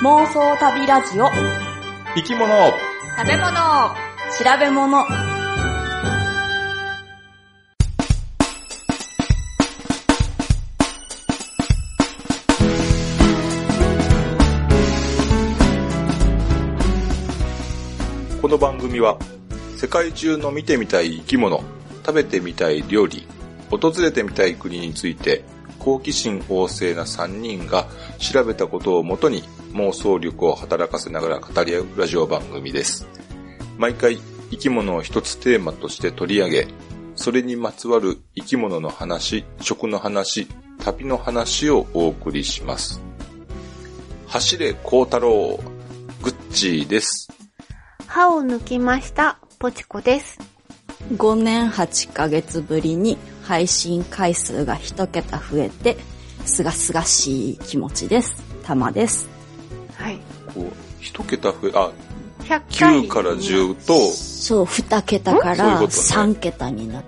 妄想旅ラジオ。 生き物、 食べ物、 調べ物。 この番組は世界中の見てみたい生き物、食べてみたい料理、訪れてみたい国について好奇心旺盛な3人が調べたことをもとに妄想力を働かせながら語り合うラジオ番組です。毎回生き物を一つテーマとして取り上げ、それにまつわる生き物の話、食の話、旅の話をお送りします。走れ幸太郎、グッチーです。 歯を抜きました、ポチコです。 5年8ヶ月ぶりに配信回数が1桁増えて、すがすがしい気持ちです。たまです。 はい。 こう1桁増え、 100回 9から10と、 そう、2桁から3桁になった。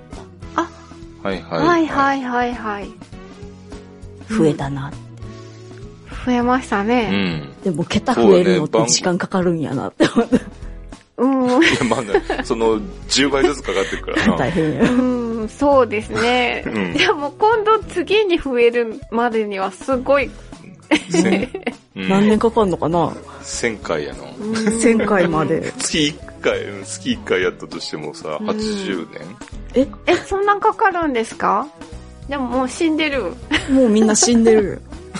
あ、 はいはいはいはいはいはい。 増えたなって。 増えましたうね。 ん。 でも桁増えるのって時間かかるんやなって思った。 うん。 いやまあね、その10倍ずつかかってるからな。 大変や。 うん、そうですね。 うんでも今度次に増えるまでにはすごい。 何年かかんのかな 1000回やの。 1000回まで。 月1回やったとしてもさ、80年そんなかかるんですか？でももう死んでる。 もうみんな死んでる。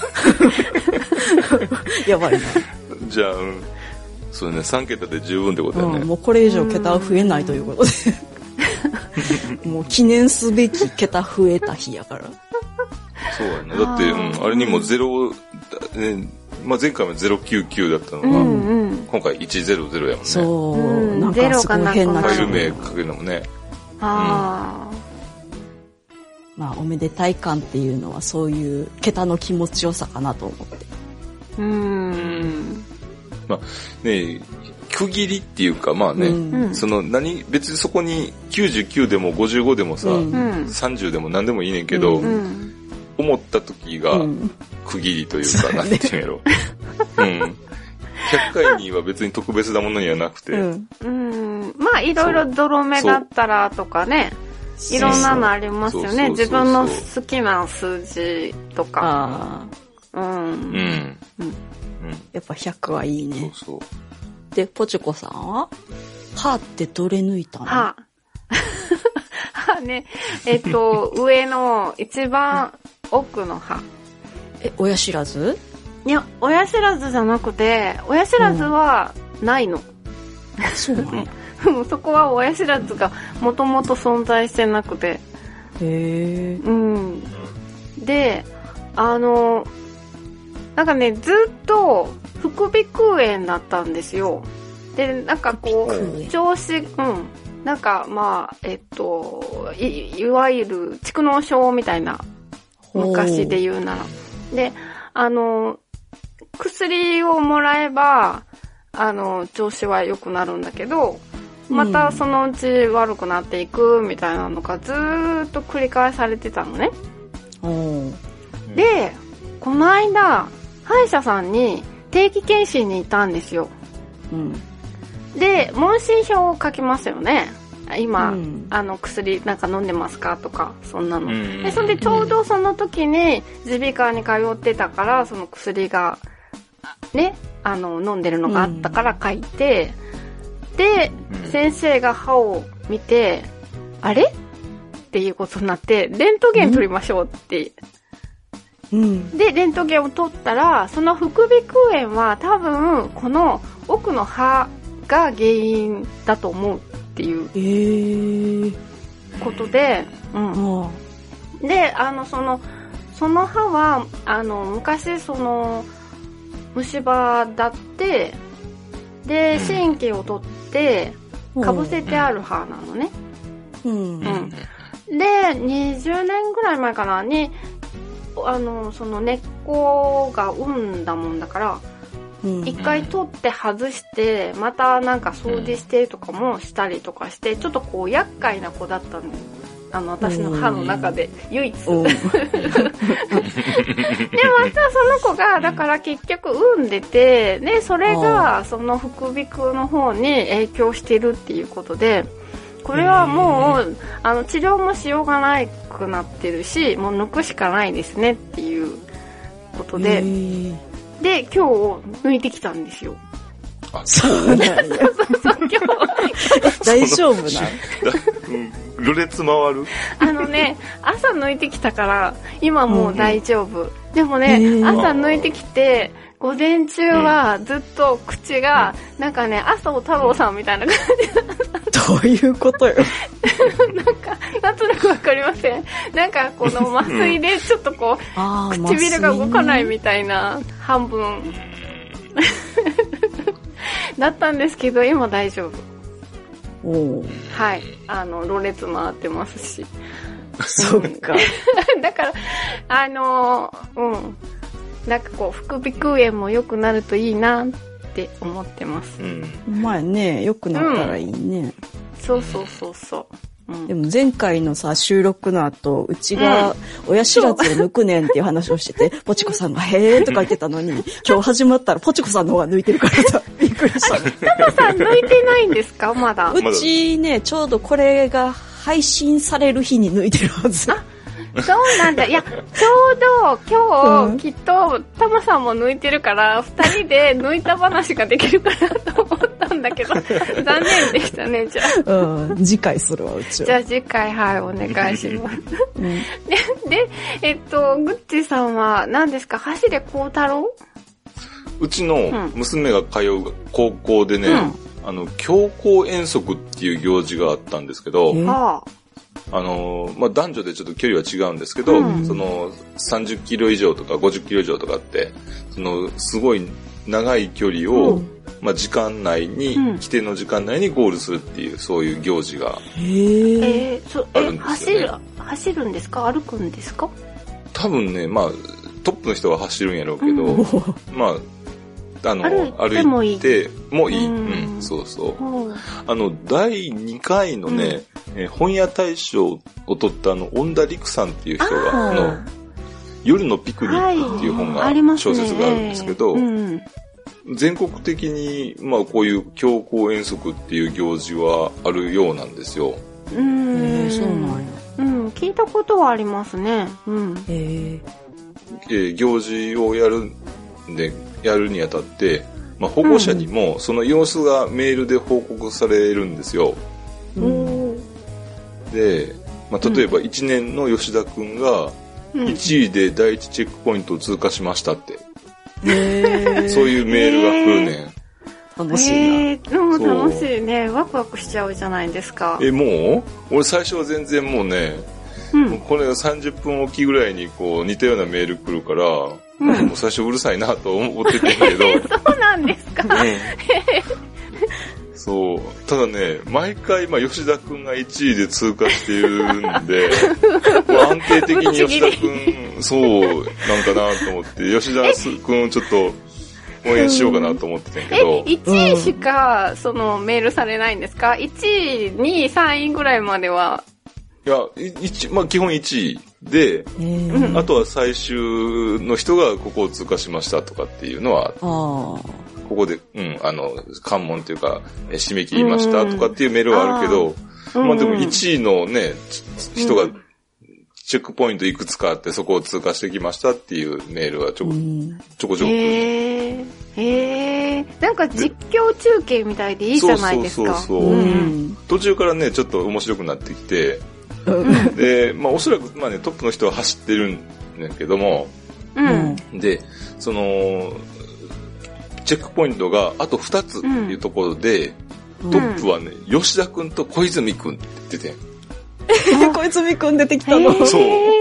やばいな。 じゃあ、そうね、3桁で十分ってことだよね。 もうこれ以上桁は増えないということで。もう記念すべき桁増えた日やから。 そうやね。だって、あれにも0、ね、まあ、前回も099だったのが、今回100やもんね。 そう、なんかすごい変なファイル名かけるのもね。 ああ。 まあ、おめでたい感っていうのはそういう桁の気持ちよさかなと思って。 まあね、区切りっていうかまあね、その別にそこに99でも55でもさ、30でも何でもいいねんけど、思った時が区切りというか、なんていうんやろ。100回には別に特別なものにはなくて。 まあいろいろゾロ目だったらとかね、いろんなのありますよね。自分の好きな数字とか。 やっぱ100はいいね。 そうそう。 で、ポチコさんは歯ってどれ抜いたの？ 歯ね、上の一番奥の歯。 親知らず？ いや、親知らずじゃなくて、親知らずはないの。 そうなの？ そこは親知らずがもともと存在してなくて。 へー。で、なんかね、ずっと副鼻腔炎だったんですよ。で、なんかこう、調子、なんかまあ、いわゆる蓄膿症みたいな、昔で言うなら。で、薬をもらえば、調子は良くなるんだけど、またそのうち悪くなっていくみたいなのがずーっと繰り返されてたのね。で、この間、歯医者さんに定期検診に行ったんですよ。で、問診票を書きますよね。今、薬なんか飲んでますかとか、そんなの。で、それでちょうどその時に耳鼻科に通ってたから、その薬が、ね、飲んでるのがあったから書いて、で、先生が歯を見て、あれっていうことになって、レントゲン取りましょうって。で、レントゲンを取ったら、その副鼻腔炎は多分、この奥の歯が原因だと思うっていうことで、で、その歯は、昔、虫歯だって、で、神経を取って、かぶせてある歯なのね。で、20年ぐらい前かなに、その根っこが産んだもんだから、一回取って外して、またなんか掃除してとかもしたりとかして、ちょっとこう厄介な子だったの私の歯の中で唯一。でもまたその子が、だから結局産んでて、で、それがその副鼻腔の方に影響してるっていうことで、これはもう、治療もしようがなくなってるし、もう抜くしかないですねっていうことで、で、今日抜いてきたんですよ。 あ、そうね。 今日大丈夫なろれつ回る？ 朝抜いてきたから、今もう大丈夫。でもね、朝抜いてきて、午前中はずっと口が、なんかね、麻生太郎さんみたいな感じだった。 どういうことよ。 なんとなくわかりません。なんかこの麻酔でちょっとこう、唇が動かないみたいな半分だったんですけど、今大丈夫。はい。ろれつ回ってますし。 そっか。 だから、なんかこう、副鼻腔炎も良くなるといいなって思ってます。 まあね、良くなったらいいね。 そうそうそうそう。 でも前回のさ、収録の後、うちが親知らずを抜くねんっていう話をしてて、ポチコさんがへーとか言ってたのに、今日始まったらポチコさんの方が抜いてるからさ、びっくりした。 タマさん抜いてないんですかまだ。 うちね、ちょうどこれが配信される日に抜いてるはず。 そうなんだ。いや、ちょうど今日、きっと、タマさんも抜いてるから、二人で抜いた話ができるかなと思ったんだけど、残念でしたね、じゃあ。次回するわ、うちは。 じゃあ次回、はい、お願いします。で、グッチさんは何ですか？走れ孝太郎？ うちの娘が通う高校でね、強行遠足っていう行事があったんですけど、男女でちょっと距離は違うんですけど、その30キロ以上とか50キロ以上とかって、すごい長い距離を、時間内に、規定の時間内にゴールするっていう、そういう行事があるんですよね。 走るんですか？歩くんですか？ 多分ね、トップの人は走るんやろうけど、歩いてもいい。そうそう。第2回のね、本屋大賞を取った恩田陸さんっていう人が、夜のピクニックっていう本が、小説があるんですけど、全国的に、こういう強行遠足っていう行事はあるようなんですよ。 そうなんや。 聞いたことはありますね。 行事をやるにあたって、保護者にもその様子がメールで報告されるんですよ。で、例えば1年の吉田くんが1位で第1チェックポイントを通過しましたって。そういうメールが来るねん。 楽しいな。 楽しいね。ワクワクしちゃうじゃないですか。 もう俺最初は全然もうね、これが30分おきぐらいにこう似たようなメール来るから、もう最初うるさいなと思ってたんだけど。 そうなんですか。 そう。ただね、毎回、吉田くんが1位で通過しているんで、安定的に吉田くん、そうなんかなと思って、吉田くんちょっと応援しようかなと思ってたんやけど。 1位しか、メールされないんですか？ 1 位、2位、3位ぐらいまでは。 いや、基本1位で、あとは最終の人がここを通過しましたとかっていうのは、ここで、関門というか、締め切りましたとかっていうメールはあるけど、でも1位のね、人がチェックポイントいくつかあってそこを通過してきましたっていうメールはちょこちょこ。 なんか実況中継みたいでいいじゃないですか。 そう。途中からね、ちょっと面白くなってきて、で、おそらく、トップの人は走ってるんだけども、で、チェックポイントがあと2つっていうところで、トップはね、吉田くんと小泉くんって言ってて。 小泉くん出てきたの。 そう。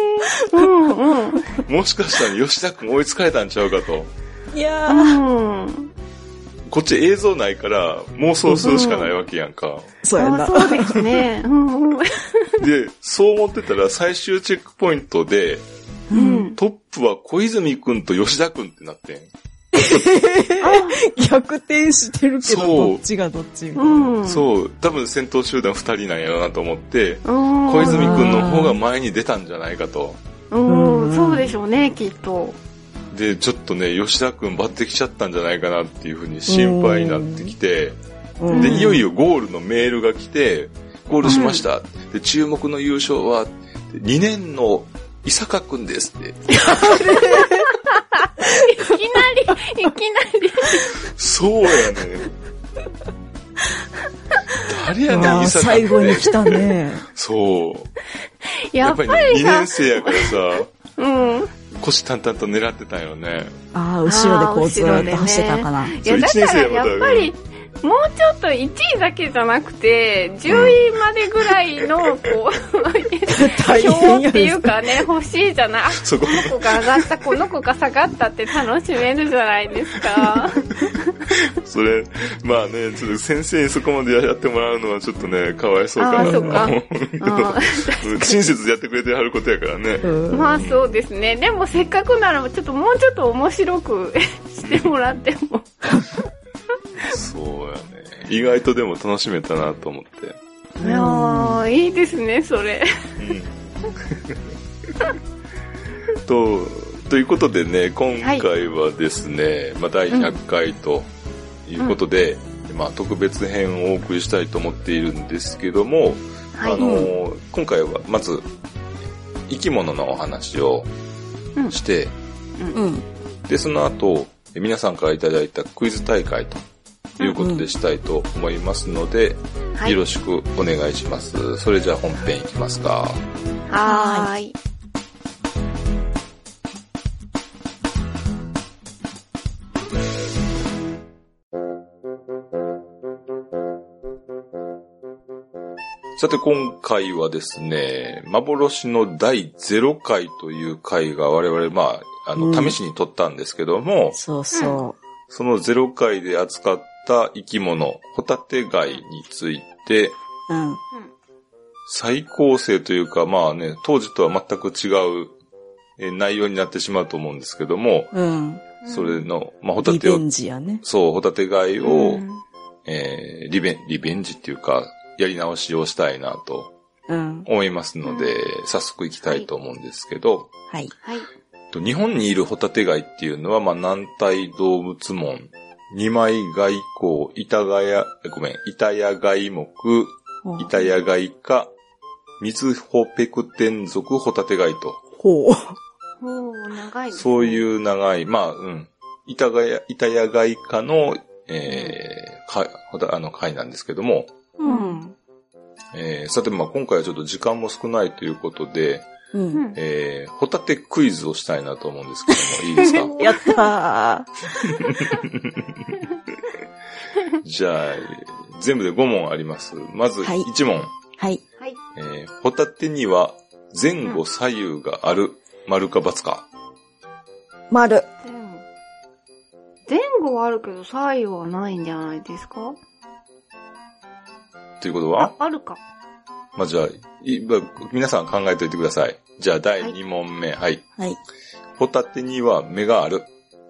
もしかしたら吉田くん追いつかれたんちゃうかと。 いやー。 こっち映像ないから妄想するしかないわけやんか。 そうやな。 そうですね。 で、そう思ってたら最終チェックポイントで、トップは小泉くんと吉田くんってなってん。 逆転してるけど、どっちがどっちみたいな。 そう、多分先頭集団2人なんやろうなと思って、小泉くんの方が前に出たんじゃないかと。 そうでしょうね、きっと。 で、ちょっとね、吉田くん抜擢しちゃったんじゃないかなっていうふうに心配になってきて、で、いよいよゴールのメールが来て、ゴールしました。で、注目の優勝は、2年の伊坂くんですって。 いきなり。 そうやね。誰やねん、伊坂って。 最後に来たね。 そう。やっぱり、ね、2年生やからさ、虎視眈々と狙ってたんよね。 後ろでこうずっと走ってたかな。 いや、だからやっぱり、もうちょっと1位だけじゃなくて、10位までぐらいの、こう、表っていうかね、欲しいじゃない。この子が上がった、この子が下がったって楽しめるじゃないですか。 それ、まあね、ちょっと先生にそこまでやってもらうのはちょっとね、かわいそうかなと思うけど、親切でやってくれてはることやからね。 まあそうですね。でもせっかくならもうちょっと面白くしてもらっても。 そうやね。意外とでも楽しめたなと思って。 いやー、いいですね、それ。 ということでね、今回はですね、まあ、第100回ということで、まあ、特別編をお送りしたいと思っているんですけども、今回はまず、生き物のお話をして、で、その後、皆さんからいただいたクイズ大会ということでしたいと思いますので、よろしくお願いします。それじゃあ本編いきますか。 はーい。 さて今回はですね、幻の第0回という回が我々、まあ、試しに撮ったんですけども、 そうそう。 その0回で扱った生き物、ホタテ貝について、再構成というか、まあね、当時とは全く違う内容になってしまうと思うんですけども、それの、まあ、ホタテを、 リベンジやね。 そう、ホタテ貝を、リベンジっていうか、やり直しをしたいなと思いますので、早速行きたいと思うんですけど、日本にいるホタテ貝っていうのは、まあ、軟体動物門、二枚貝孔、板ヤ貝目、板ヤ貝科、ミズホペクテン属ホタテ貝と。 長いですね。 そういう長い、まあ、板ヤ貝科の、貝なんですけども、さて、まあ、今回はちょっと時間も少ないということで、ホタテクイズをしたいなと思うんですけども、いいですか？ やったー。じゃあ、全部で5問あります。まず1問。ホタテには前後左右がある。丸か×か？ 丸。 前後はあるけど左右はないんじゃないですか？ ということは？ あるか。 まあ、じゃあ、皆さん考えておいてください。じゃあ、第2問目。ホタテには目がある。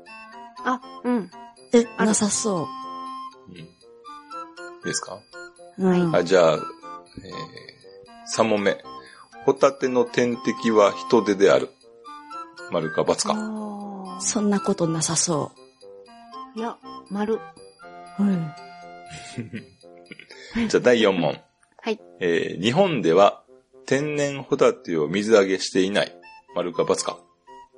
なさそう。 いいですか？じゃあ、3問目。ホタテの天敵は人手である。丸か×か？ そんなことなさそう。いや、丸。 じゃあ、第4問。日本では天然ホタテを水揚げしていない。丸か×か？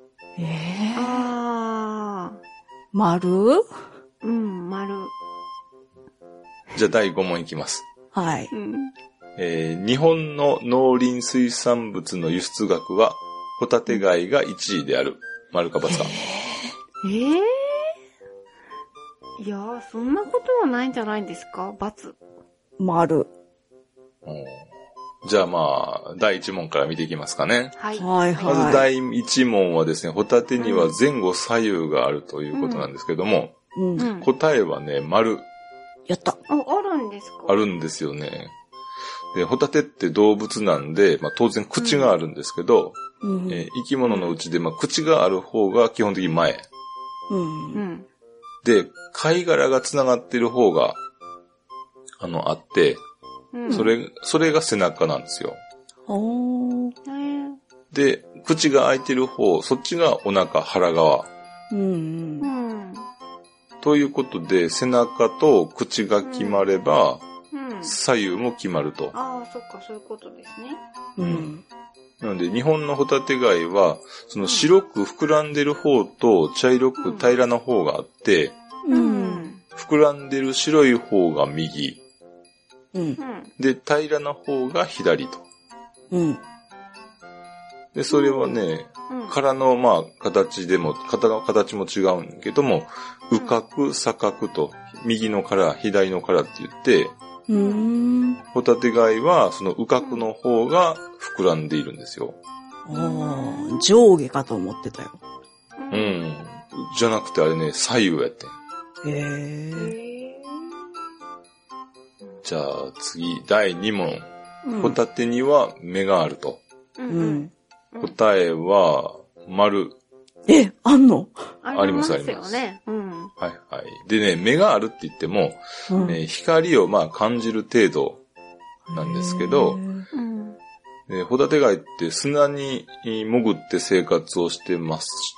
丸？ 丸。 じゃあ第5問いきます。日本の農林水産物の輸出額はホタテ貝が1位である。丸か×か？ いや、そんなことはないんじゃないんですか？×。 丸。 じゃあまあ、第1問から見ていきますかね。 まず第1問はですね、ホタテには前後左右があるということなんですけども、答えはね、丸。 やった。 あるんですか？ あるんですよね。で、ホタテって動物なんで、まあ当然口があるんですけど、生き物のうちで、まあ口がある方が基本的に前。 で、貝殻が繋がってる方が、あって、それが背中なんですよ。で、口が開いてる方、そっちがお腹、腹側。ということで、背中と口が決まれば、左右も決まると。 ああ、そっか、そういうことですね。 なので、日本のホタテ貝は、その白く膨らんでる方と茶色く平らな方があって、膨らんでる白い方が右。で、平らな方が左と。で、それはね、殻の形でも、型の形も違うんだけども、右角、左角と、右の殻、左の殻って言って、ホタテ貝はその右角の方が膨らんでいるんですよ。 上下かと思ってたよ。 じゃなくてあれね、左右やって。じゃあ次、第2問。ホタテには目があると。答えは、丸。 あんの？ ありますよね。 はいはい。でね、目があるって言っても、光を感じる程度なんですけど、ホタテ貝って砂に潜って生活をしてまして、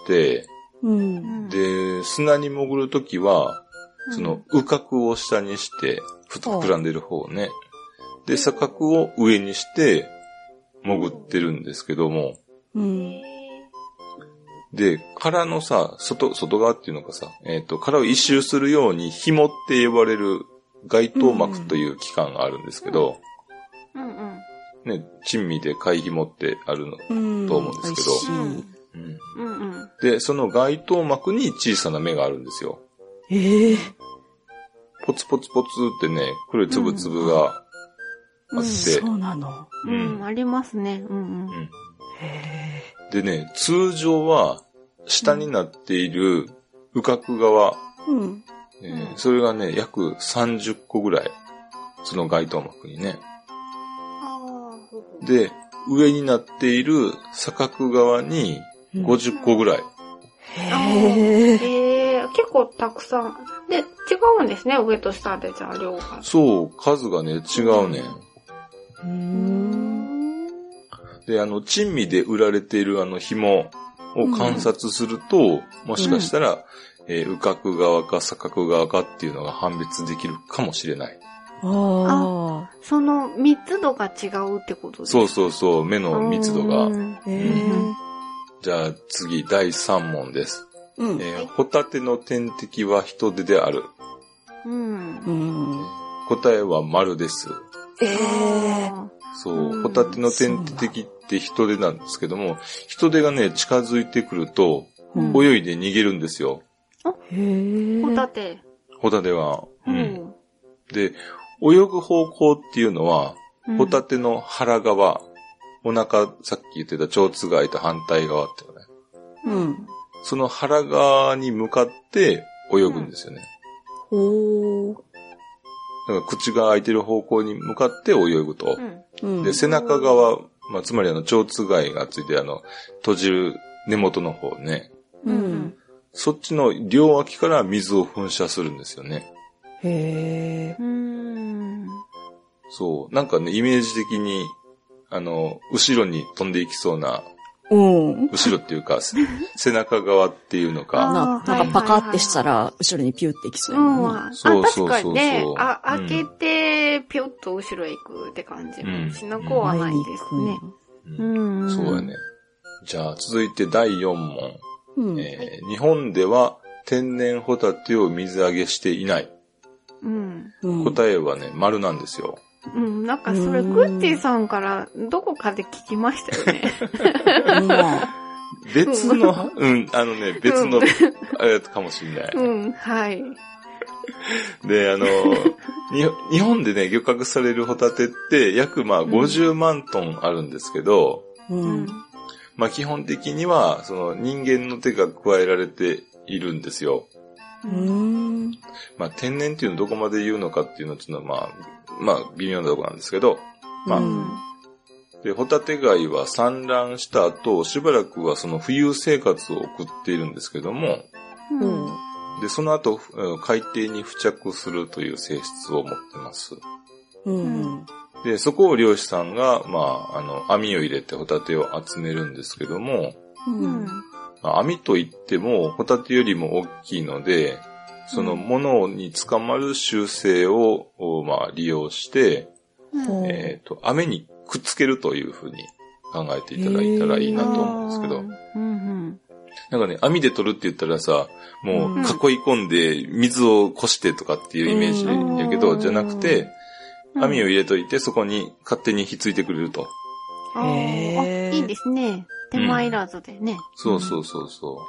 で、砂に潜るときは、その右角を下にして、膨らんでる方ね。で、左角を上にして潜ってるんですけども、で、殻の外側っていうのが殻を一周するように紐って呼ばれる外頭膜という器官があるんですけど、ね、珍味で貝紐ってあるのと思うんですけど、で、その外頭膜に小さな目があるんですよ。ポツポツポツってね、黒いつぶつぶがあって。 そうなの。 ありますね。 でね、通常は下になっている右角側、それがね、約30個ぐらい、その外頭膜にね。で、上になっている左角側に50個ぐらい。 結構たくさん。で、違うんですね、上と下でじゃあ量が。 そう、数がね、違うね。で、珍味で売られている紐を観察すると、もしかしたら、右角側か左角側かっていうのが判別できるかもしれない。 その密度が違うってことですか？ そう、目の密度が。じゃあ次、第3問です。ホタテの天敵は人手である。答えは丸です。そう、ホタテの天敵って人手なんですけども、人手がね、近づいてくると、泳いで逃げるんですよ。 ホタテは。で、泳ぐ方向っていうのは、ホタテの腹側、お腹、さっき言ってた蝶つがいと反対側っていうのね。その腹側に向かって泳ぐんですよね。だから口が開いてる方向に向かって泳ぐと。で、背中側、つまり蝶つがいがついて閉じる根元の方ね。そっちの両脇から水を噴射するんですよね。そう。なんかね、イメージ的に、後ろに飛んでいきそうな、後ろっていうか、背中側っていうのか。 なんかパカってしたら、後ろにピュっていきそうやもんね。 確かにね。開けて、ピュッと後ろへ行くって感じもしなくはないですね。 そうやね。じゃあ、続いて第4問。日本では天然ホタテを水揚げしていない。答えはね、丸なんですよ。 なんかそれ、グッチーさんからどこかで聞きましたよね。 別の、別の、あれかもしれない。 はい。 で、日本でね、漁獲されるホタテって約50万トンあるんですけど、基本的には、人間の手が加えられているんですよ。天然っていうのをどこまで言うのかっていうのは、微妙なとこなんですけど、で、ホタテ貝は産卵した後、しばらくはその浮遊生活を送っているんですけども、 で、その後、海底に付着するという性質を持ってます。 うん。 で、そこを漁師さんが、網を入れてホタテを集めるんですけども、 うん。 網といっても、ホタテよりも大きいので、そのものに捕まる習性を、利用して、網にくっつけるというふうに考えていただいたらいいなと思うんですけど。なんかね、網で取るって言ったらさ、もう囲い込んで水をこしてとかっていうイメージやけど、じゃなくて、網を入れといてそこに勝手にひっついてくれると。 いいですね。手間いらずでね。 そうそうそうそう。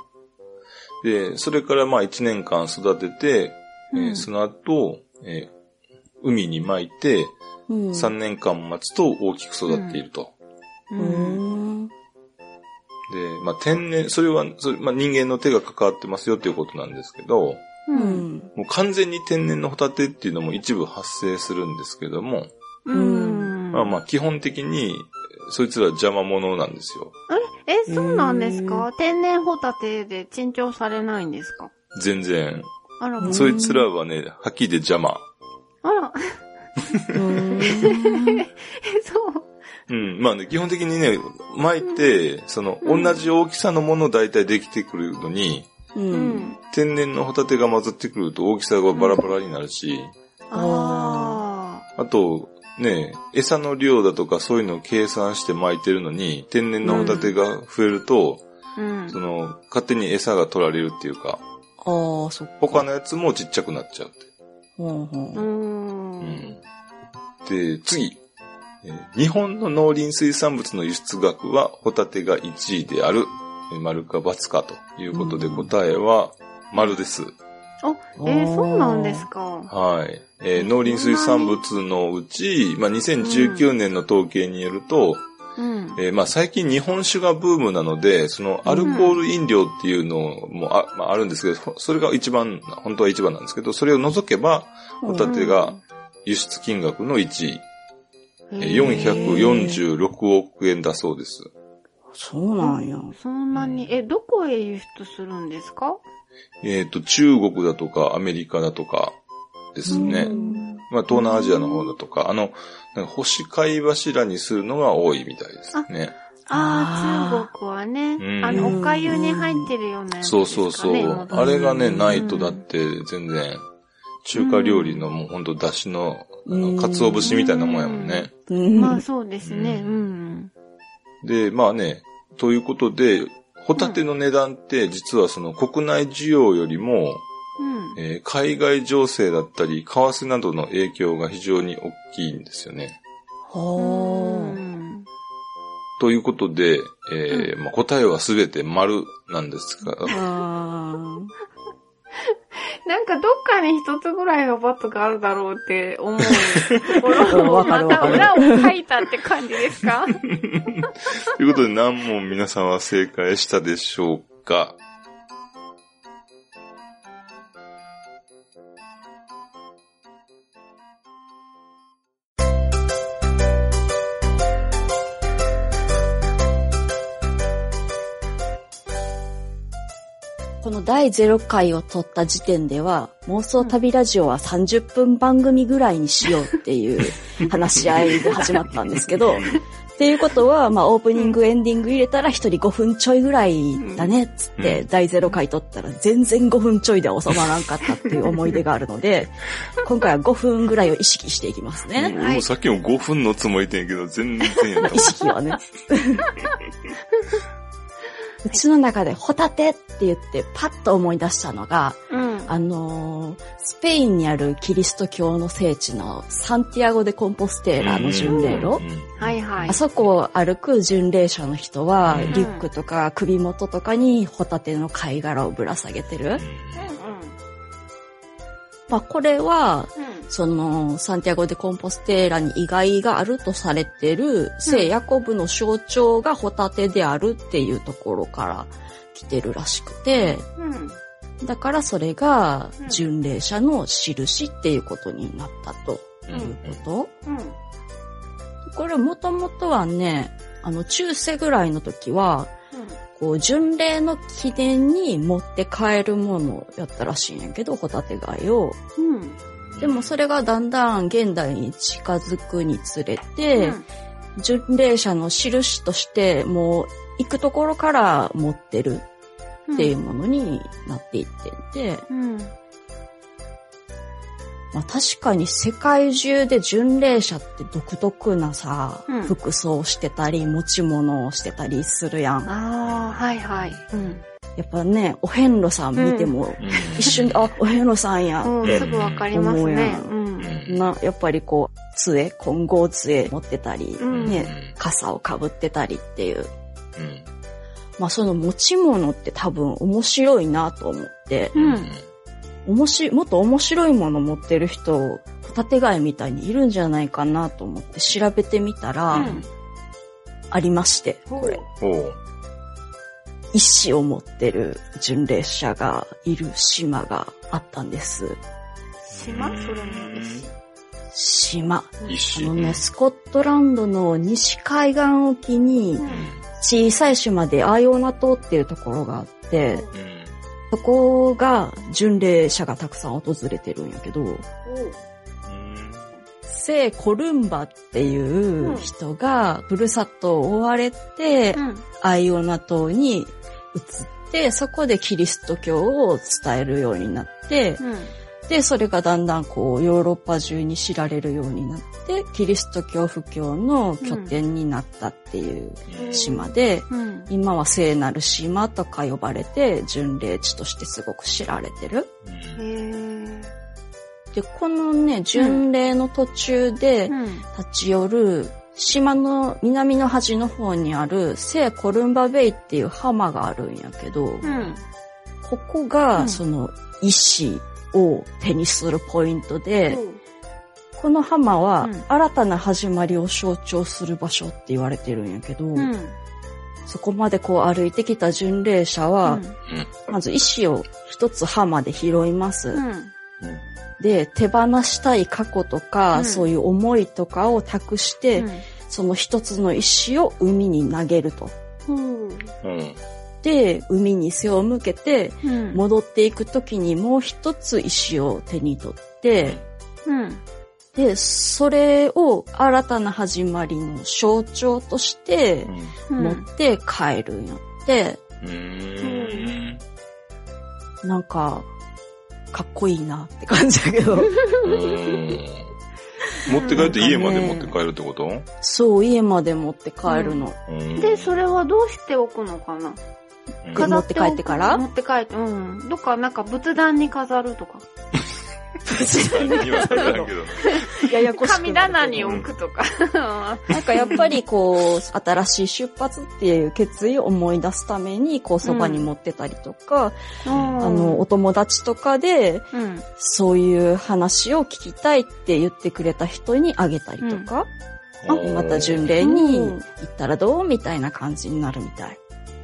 で、それから1年間育てて、その後、海に巻いて、3年間待つと大きく育っていると。で、天然、それは、人間の手が関わってますよっていうことなんですけど、もう完全に天然のホタテっていうのも一部発生するんですけども、基本的に、そいつら邪魔者なんですよ。 そうなんですか？天然ホタテで珍重されないんですか？ 全然。そいつらはね、吐きで邪魔。 あら。そう。 基本的にね、巻いて、同じ大きさのもの大体できてくるのに、天然のホタテが混ざってくると大きさがバラバラになるし、あと、ね、餌の量だとかそういうのを計算して巻いてるのに、天然のホタテが増えると、勝手に餌が取られるっていうか、他のやつもちっちゃくなっちゃうって。で、次。日本の農林水産物の輸出額はホタテが1位である。丸か×かということで答えは丸です。 そうなんですか。 はい。農林水産物のうち、2019年の統計によると、最近日本酒がブームなので、そのアルコール飲料っていうのもあるんですけど、それが本当は一番なんですけど、それを除けば、ホタテが輸出金額の1位。446億円だそうです。 そうなんや。 そんなに、どこへ輸出するんですか？ 中国だとかアメリカだとかですね。東南アジアの方だとか、干し貝柱にするのが多いみたいですね。 中国はね、お粥に入ってるようなやつですかね。 そう。あれがね、ないとだって全然、中華料理のもうほんと出汁の、鰹節みたいなもんやもんね。 そうですね。 で、ということで、ホタテの値段って実はその国内需要よりも、海外情勢だったり、為替などの影響が非常に大きいんですよね。ということで、答えはすべて丸なんですが。 なんかどっかに一つぐらいのバツがあるだろうって思うところをまた裏を書いたって感じですか？ ということで何問皆さんは正解したでしょうか？ この第0回を撮った時点では、妄想旅ラジオは30分番組ぐらいにしようっていう話し合いで始まったんですけど、っていうことは、オープニング、エンディング入れたら1人5分ちょいぐらいだねっつって、第0回撮ったら全然5分ちょいで収まらんかったっていう思い出があるので、今回は5分ぐらいを意識していきますね。 もうさっきも5分のつもりでんけど、全然やった。 意識はね。うちの中でホタテって言ってパッと思い出したのが、スペインにあるキリスト教の聖地のサンティアゴ・デ・コンポステーラの巡礼路、あそこを歩く巡礼者の人は、リュックとか首元とかにホタテの貝殻をぶら下げてる。これは、その、サンティアゴ・デ・コンポステーラに遺骸があるとされてる、聖ヤコブの象徴がホタテであるっていうところから来てるらしくて、だからそれが、巡礼者の印っていうことになったということ。これもともとはね、中世ぐらいの時は、 こう、巡礼の記念に持って帰るものやったらしいんやけど、ホタテ貝を。でもそれがだんだん現代に近づくにつれて、巡礼者の印としてもう行くところから持ってるっていうものになっていってんで、まあ確かに世界中で巡礼者って独特なさ、服装してたり持ち物をしてたりするやん。 はいはい。 やっぱね、お遍路さん見ても、一瞬で、あ、お遍路さんやってすぐわかりますね。 やっぱりこう、杖、金剛杖持ってたり、ね、傘をかぶってたりっていう。まあその持ち物って多分面白いなと思って、もっと面白いもの持ってる人、ホタテ貝みたいにいるんじゃないかなと思って調べてみたら、ありまして、これ。石を持ってる巡礼者がいる島があったんです。 島？それの石？ 島。スコットランドの西海岸沖に、小さい島でアイオナ島っていうところがあって、そこが巡礼者がたくさん訪れてるんやけど、聖コルンバっていう人がふるさとを追われて、アイオナ島に移って、そこでキリスト教を伝えるようになって、で、それがだんだんこうヨーロッパ中に知られるようになって、キリスト教布教の拠点になったっていう島で、今は聖なる島とか呼ばれて、巡礼地としてすごく知られてる。で、このね、巡礼の途中で立ち寄る島の南の端の方にある聖コルンバベイっていう浜があるんやけど、ここがその石を手にするポイントで、この浜は新たな始まりを象徴する場所って言われてるんやけど、そこまでこう歩いてきた巡礼者は、まず石を一つ浜で拾います。で、手放したい過去とか、そういう思いとかを託して、その一つの石を海に投げると。で、海に背を向けて、戻っていくときにもう一つ石を手に取って、で、それを新たな始まりの象徴として持って帰るんやって、なんか、かっこいいなって感じだけど。 持って帰って家まで持って帰るってこと？ そう、家まで持って帰るの。 で、それはどうしておくのかな？ 持って帰ってから？ 持って帰って、どっかなんか仏壇に飾るとか。 仏壇には飾らんけど。 ややこしく神棚に置くとか。 なんかやっぱりこう、新しい出発っていう決意を思い出すために、こうそばに持ってたりとか、お友達とかで、そういう話を聞きたいって言ってくれた人にあげたりとか、また巡礼に行ったらどうみたいな感じになるみたい。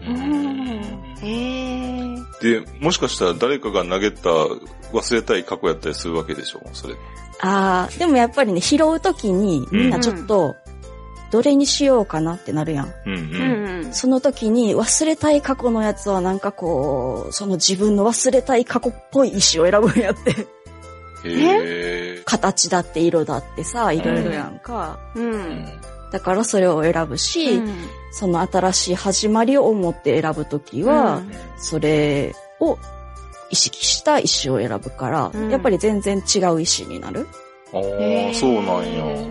で、もしかしたら誰かが投げた忘れたい過去やったりするわけでしょ、それ。 でもやっぱりね、拾うときにみんなちょっと、どれにしようかなってなるやん。その時に忘れたい過去のやつはなんかこう、その自分の忘れたい過去っぽい石を選ぶんやって。形だって色だってさ、いろいろやんか。だからそれを選ぶし、その新しい始まりを思って選ぶときは、それを意識した石を選ぶから、やっぱり全然違う石になる。 そうなんや。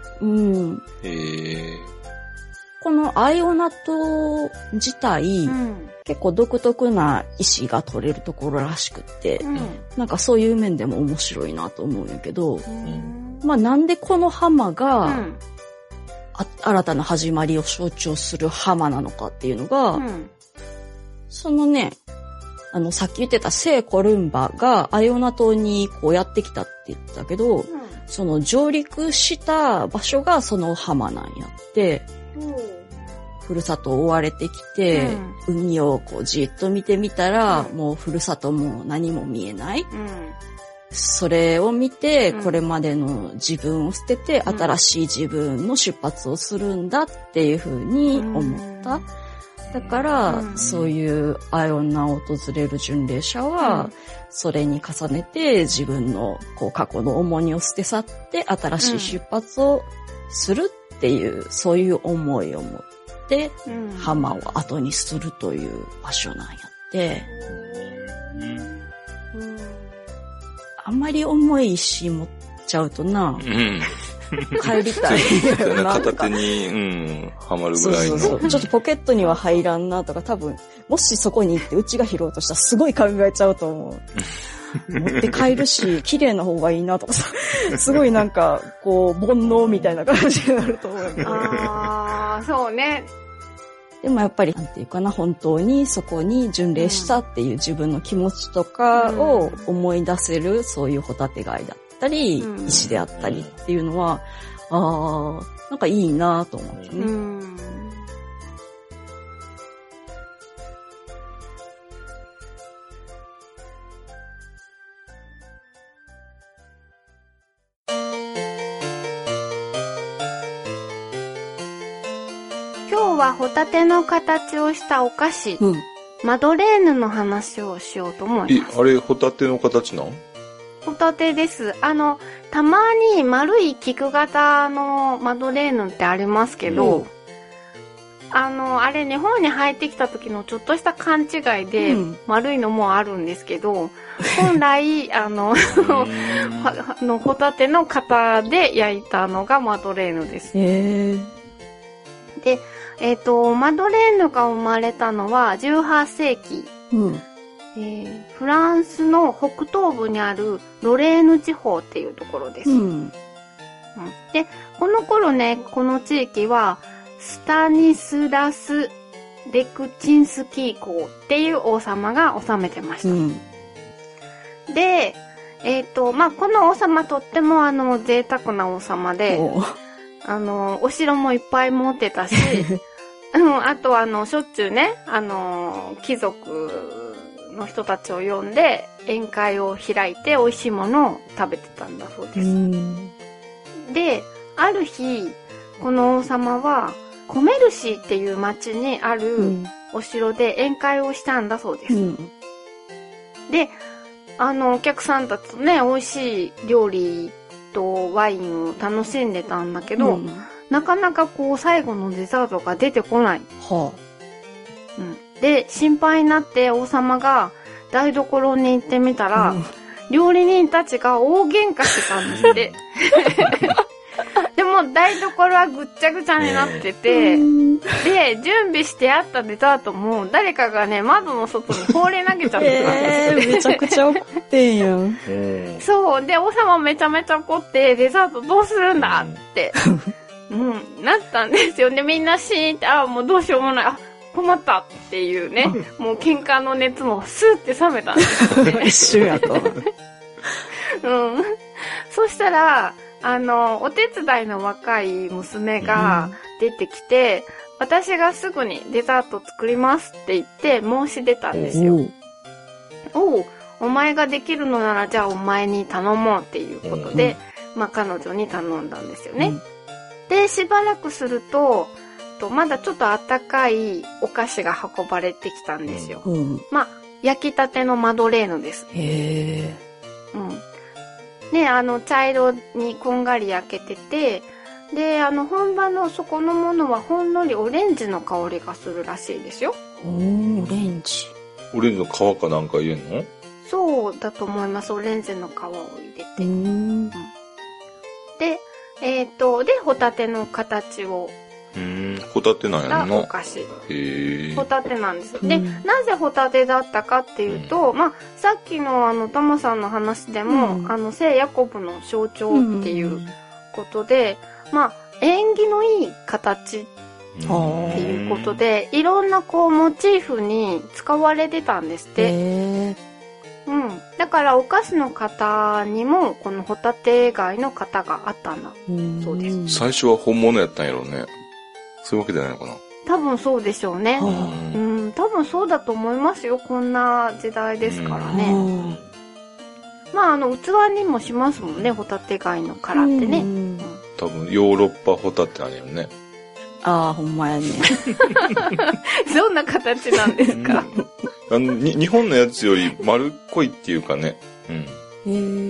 このアイオナ島自体、結構独特な石が取れるところらしくって、なんかそういう面でも面白いなと思うんやけど、まあなんでこの浜が、新たな始まりを象徴する浜なのかっていうのが、そのね、さっき言ってた聖コルンバがアイオナ島にこうやってきたって言ってたけど、その上陸した場所がその浜なんやって、ふるさとを追われてきて、海をこうじっと見てみたら、もうふるさとも何も見えない。それを見て、これまでの自分を捨てて、新しい自分の出発をするんだっていう風に思った。 だから、そういうアイオンナを訪れる巡礼者は、それに重ねて自分のこう過去の重荷を捨て去って新しい出発をするっていう、そういう思いを持って、浜を後にするという場所なんやって、あんまり重い石持っちゃうとな、帰りたい。 片手に、はまるぐらいの。 そうちょっとポケットには入らんなとか、多分、もしそこに行ってうちが拾おうとしたらすごい考えちゃうと思う。持って帰るし、綺麗な方がいいなとかさ、すごいなんか、こう、煩悩みたいな感じになると思うけど。 ああ、そうね。 でもやっぱり、なんていうかな、本当にそこに巡礼したっていう自分の気持ちとかを思い出せる、そういうホタテ貝だったり、石であったりっていうのは、なんかいいなと思ってね。 今日はホタテの形をしたお菓子、マドレーヌの話をしようと思います。 あれ、ホタテの形なん？ ホタテです。たまに丸い菊型のマドレーヌってありますけど、あれ日本に入ってきた時のちょっとした勘違いで、丸いのもあるんですけど、本来、ホタテの型で焼いたのがマドレーヌです。で、マドレーヌが生まれたのは18世紀。フランスの北東部にあるロレーヌ地方っていうところです。で、この頃ね、この地域はスタニスラス・レクチンスキー公っていう王様が治めてました。で、この王様とっても贅沢な王様で、お城もいっぱい持ってたし、あとしょっちゅうね、貴族の人たちを呼んで宴会を開いて美味しいものを食べてたんだそうです。で、ある日、この王様はコメルシーっていう町にあるお城で宴会をしたんだそうです。で、お客さんたちとね、美味しい料理とワインを楽しんでたんだけど、なかなかこう最後のデザートが出てこない。で、心配になって王様が台所に行ってみたら、料理人たちが大喧嘩してたんですって。でも台所はぐっちゃぐちゃになってて、で、準備してあったデザートも誰かがね、窓の外に放り投げちゃってたんですめちゃくちゃ怒ってんやん。 そう。で、王様めちゃめちゃ怒って、デザートどうするんだって、なったんですよ。で、みんなシーンって、もうどうしようもない。困ったっていうね、もう喧嘩の熱もスーって冷めたんですよね。 一瞬やと。 そしたら、お手伝いの若い娘が出てきて、私がすぐにデザート作りますって言って申し出たんですよ。お前ができるのならじゃあお前に頼もうっていうことで、彼女に頼んだんですよね。で、しばらくすると、まだちょっと温かいお菓子が運ばれてきたんですよ。焼きたてのマドレーヌです。で、茶色にこんがり焼けてて、で、本場のそこのものはほんのりオレンジの香りがするらしいですよ。 オレンジ。 オレンジの皮かなんか入れんの？ そうだと思います。オレンジの皮を入れて。で、ホタテの形をホタテなんやのお菓子。ホタテなんです。で、なぜホタテだったかっていうと、さっきのタマさんの話でも、聖ヤコブの象徴っていうことで、縁起のいい形っていうことで、いろんなこうモチーフに使われてたんですって。だからお菓子の型にもこのホタテ貝の型があったんだそうです。 最初は本物やったんやろうね。そういうわけじゃないのかな。 多分そうでしょうね。多分そうだと思いますよ。こんな時代ですからね。器にもしますもんね、ホタテ貝の殻ってね。 多分ヨーロッパホタテなんやね。 ああ、ほんまやね。 どんな形なんですか？ 日本のやつより丸っこいっていうかね。 うん。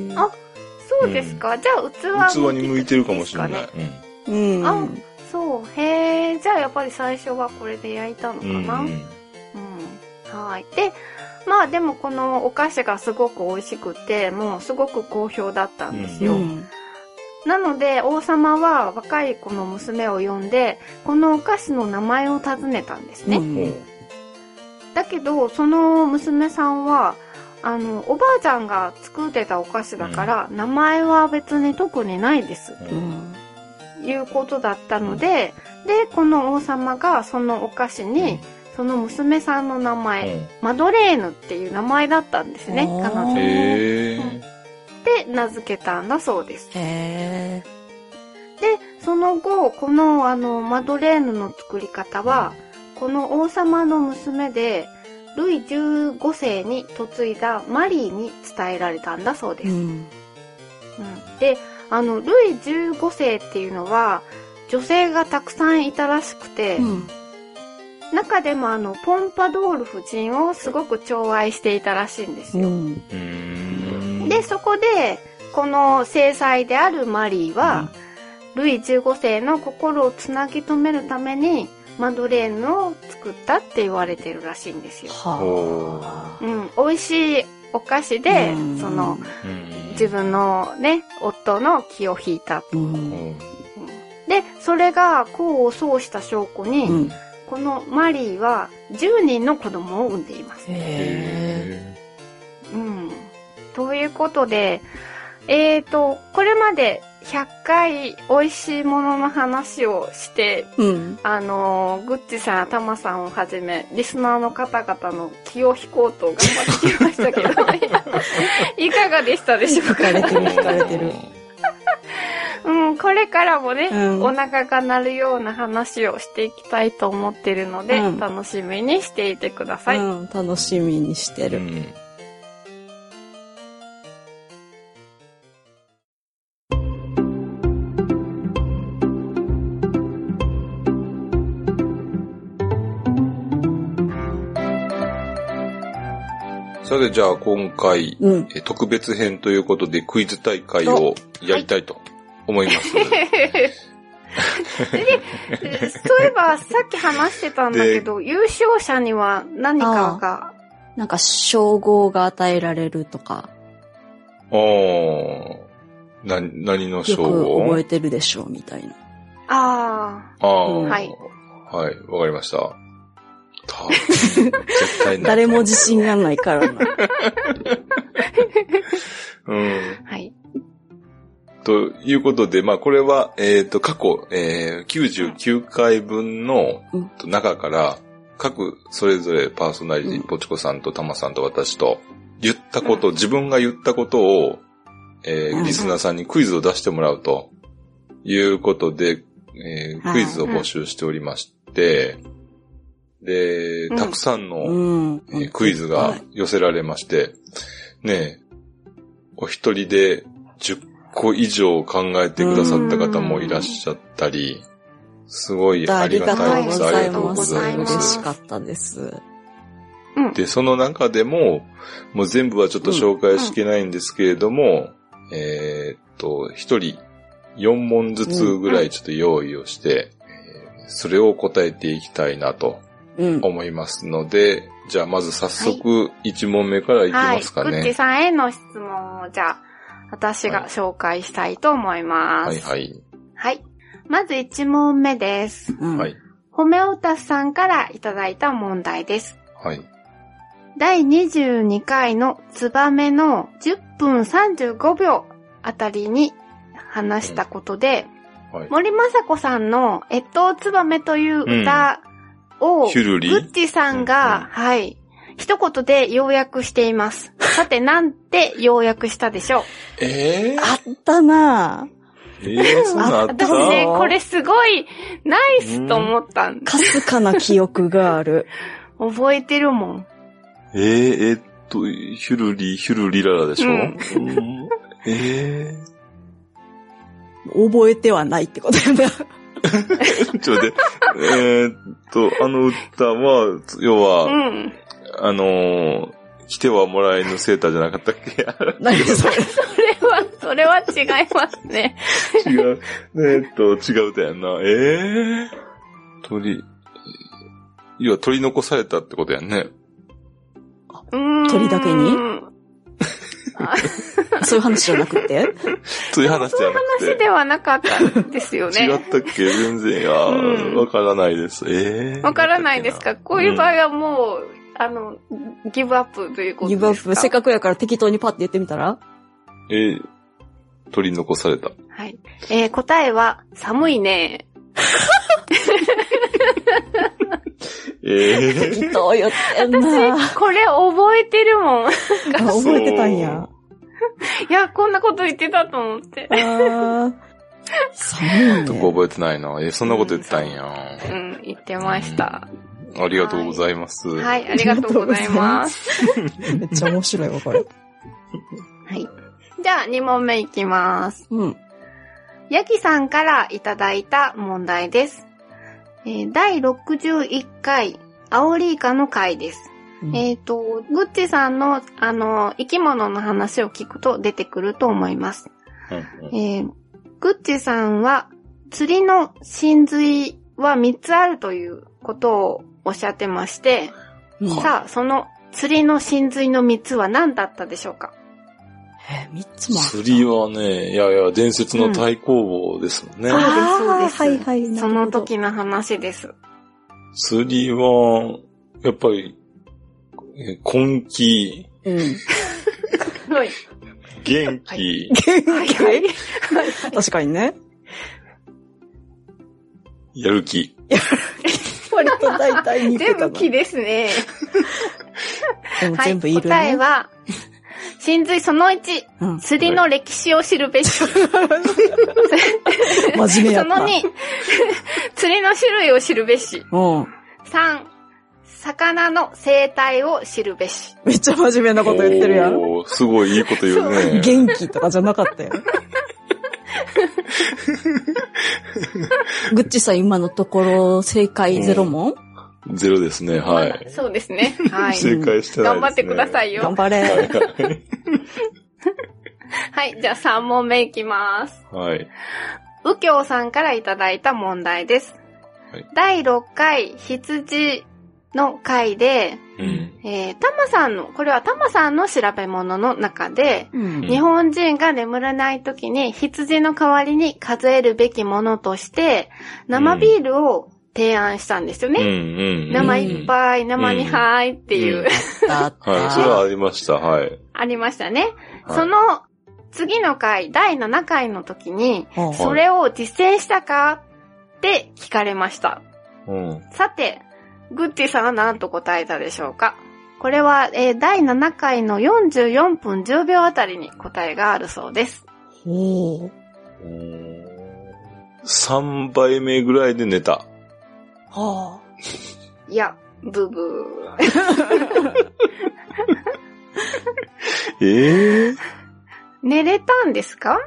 あ、そうですか。じゃあ器に向いてるかもしれない。 あ、そう。へえ。じゃあやっぱり最初はこれで焼いたのかな。はい。で、まあでもこのお菓子がすごく美味しくて、もうすごく好評だったんですよ。なので王様は若い子の娘を呼んで、このお菓子の名前を尋ねたんですね。だけど、その娘さんは、おばあちゃんが作ってたお菓子だから、名前は別に特にないです。いうことだったので、で、この王様がそのお菓子に、その娘さんの名前、マドレーヌっていう名前だったんですね、彼女。で、名付けたんだそうです。で、その後、このマドレーヌの作り方は、この王様の娘で、ルイ15世に嫁いだマリーに伝えられたんだそうです。で、ルイ15世っていうのは、女性がたくさんいたらしくて、中でもポンパドール夫人をすごく寵愛していたらしいんですよ。で、そこで、この正妻であるマリーは、ルイ15世の心をつなぎ止めるために、マドレーヌを作ったって言われてるらしいんですよ。美味しいお菓子で、自分のね、夫の気を引いたと。で、それが功を奏した証拠に、このマリーは10人の子供を産んでいます。ということで、これまで100回美味しいものの話をして、グッチさん、タマさんをはじめ、リスナーの方々の気を引こうと頑張ってきましたけど、いかがでしたでしょうか？ 惹かれてる。 これからもね、お腹が鳴るような話をしていきたいと思ってるので、楽しみにしていてください。 楽しみにしてる。 さてじゃあ今回、特別編ということでクイズ大会をやりたいと思います。 そういえばさっき話してたんだけど、優勝者には何かが。 なんか称号が与えられるとか。 何の称号？ よく覚えてるでしょうみたいな。 はい。 はい、わかりました。絶対ない。 誰も自信がないからな。 はい。 ということで、まあこれは、過去、99回分の中から、各それぞれパーソナリティ、ポチコさんとタマさんと私と、自分が言ったことを、リスナーさんにクイズを出してもらうということで、クイズを募集しておりまして、で、たくさんの、クイズが寄せられまして、ね、お一人で10個以上考えてくださった方もいらっしゃったり、すごいありがたいです。ありがとうございます。 嬉しかったです。 で、その中でも、もう全部はちょっと紹介しきれないんですけれども、一人4問ずつぐらいちょっと用意をして、それを答えていきたいなと思いますので、じゃあまず早速1問目からいきますかね。 グッチさんへの質問をじゃあ私が紹介したいと思います。はい。まず1問目です。ホメオタスさんからいただいた問題です。第22回のツバメの10分35秒あたりに話したことで、森昌子さんの越冬ツバメという歌を、グッチさんが、一言で要約しています。さて、なんて要約したでしょう？ あったなぁ。 そんなあった？ 私ね、これすごいナイスと思ったんです。 かすかな記憶がある。 覚えてるもん。 ヒュルリララでしょ？ 覚えてはないってことやな。 ちょっと待って。あの歌は、要は、来てはもらえぬセーターじゃなかったっけ？ 何それそれは違いますね。 違う。違う歌やんな。要は取り残されたってことやんね。 鳥だけにそういう話じゃなくてそういう話じゃなくて。 そういう話ではなかったんですよね。 違ったっけ？全然、わからないです。 わからないですか？こういう場合はもう、ギブアップということですか？ギブアップ。 せっかくやから適当にパッて言ってみたら？ 取り残された。 はい。答えは、寒いね。 適当言ってんな。 私、これ覚えてるもん。 覚えてたんや。 いや、こんなこと言ってたと思って。 寒いね。 どこ覚えてないな。そんなこと言ったんや。 言ってました。 ありがとうございます。 はい、ありがとうございます。 めっちゃ面白いわ、これ。 はい。じゃあ、2問目いきます。ヤギさんからいただいた問題です。第61回、アオリイカの回です。グッチさんの、生き物の話を聞くと出てくると思います。グッチさんは、釣りの真髄は3つあるということをおっしゃってまして、さあ、その釣りの真髄の3つは何だったでしょうか ？3つもあった。 釣りはね、伝説の太公望ですもんね。 そうです。 はいはい。 その時の話です。 釣りは、やっぱり、根気。 はい。 元気。 確かにね。 やる気。 割と大体似てたな。 全部気ですね。 でも全部いるね。 答えは、真髄その1、釣りの歴史を知るべし。 真面目やった。 その2、釣りの種類を知るべし。3、魚の生態を知るべし。 めっちゃ真面目なこと言ってるやん。 すごいいいこと言うね。 元気とかじゃなかったよ。グッチさん今のところ正解0問 ？0ですね、はい。 そうですね。はい。 正解してないですね。 頑張ってくださいよ。 頑張れ。 はい、じゃあ3問目いきます。 はい。 右京さんからいただいた問題です。第6回羊の回で、タマさんの、これはタマさんの調べ物の中で、日本人が眠らない時に羊の代わりに数えるべきものとして、生ビールを提案したんですよね。生1杯、生2杯っていう。 はい、それはありました、はい。 ありましたね。その次の回、第7回の時に、それを実践したかって聞かれました。さて、グッチさんは何と答えたでしょうか？これは、第7回の44分10秒あたりに答えがあるそうです。 3杯目ぐらいで寝た。 いや、ブブー。 寝れたんですか？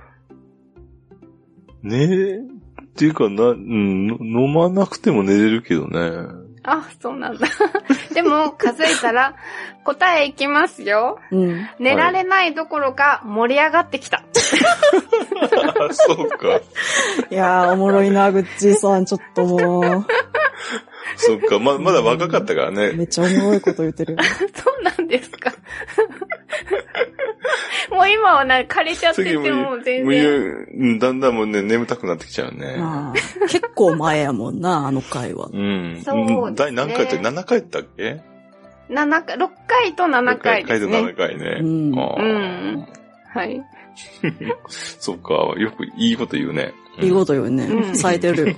っていうか飲まなくても寝れるけどね。 あ、そうなんだ。でも、数えたら、答えいきますよ。寝られないどころか、盛り上がってきた。 そうか。 いやー、おもろいな、グッチーさん、ちょっともう。 そっか、まだ若かったからね。 めっちゃおもろいこと言ってる。 そうなんですか。もう今は枯れちゃってても全然。 だんだんもうね、眠たくなってきちゃうね。 結構前やもんな、あの回は。 そうですね。 第何回って7回だっけ ？6回と7回ですね。 6回と7回ね。 はい。 そっか、よくいいこと言うね。 いいこと言うね。冴えてる。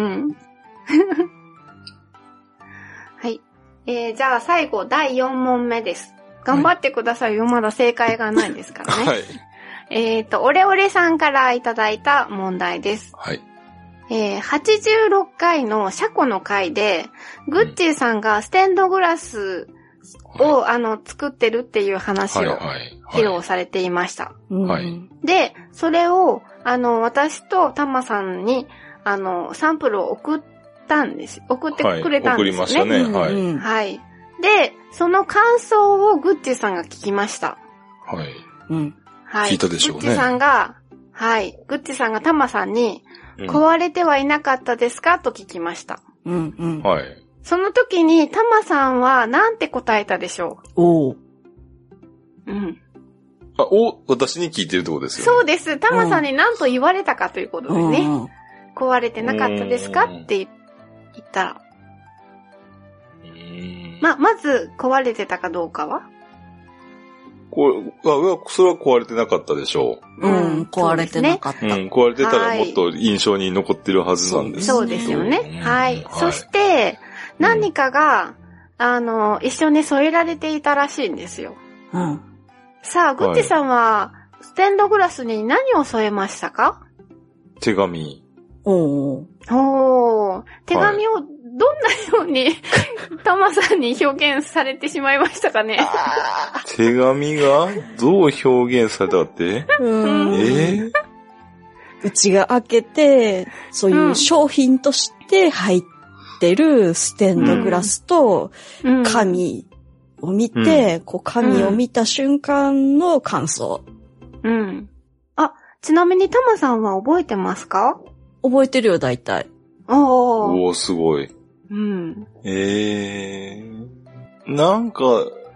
はい。じゃあ最後、第4問目です。頑張ってくださいよ。まだ正解がないですからね。はい。オレオレさんからいただいた問題です。 はい。 86回の車庫の回で、グッチーさんがステンドグラスを、作ってるっていう話を披露されていました。 はい。 で、それを、私とタマさんに、 サンプルを送ったんです。送ってくれたんですよね。 送りましたね。はい。 はい。で、その感想をグッチさんが聞きました。 はい。 うん。 はい。 聞いたでしょうね。 グッチさんが、はい。グッチさんがタマさんに、壊れてはいなかったですかと聞きました。 うんうん。 はい。 その時にタマさんはなんて答えたでしょう？おー。 うん。 私に聞いてるってことですよね。 そうです。タマさんに何と言われたかということでね。うん、壊れてなかったですかって言ったら。まず壊れてたかどうかはそれは壊れてなかったでしょう。うん、壊れてなかった。 壊れてたらもっと印象に残ってるはずなんですけど。 そうですよね。はい。そして、何かが、一緒に添えられていたらしいんですよ。 うん。 さあ、グッチさんは、ステンドグラスに何を添えましたか？ 手紙。 おー。 手紙をどんなように、タマさんに表現されてしまいましたかね？ 手紙がどう表現されたかって？ うちが開けて、そういう商品として入ってるステンドグラスと、紙を見て、紙を見た瞬間の感想。 うん。ちなみにタマさんは覚えてますか？ 覚えてるよ、大体。 おー、すごい。 うん。 なんか、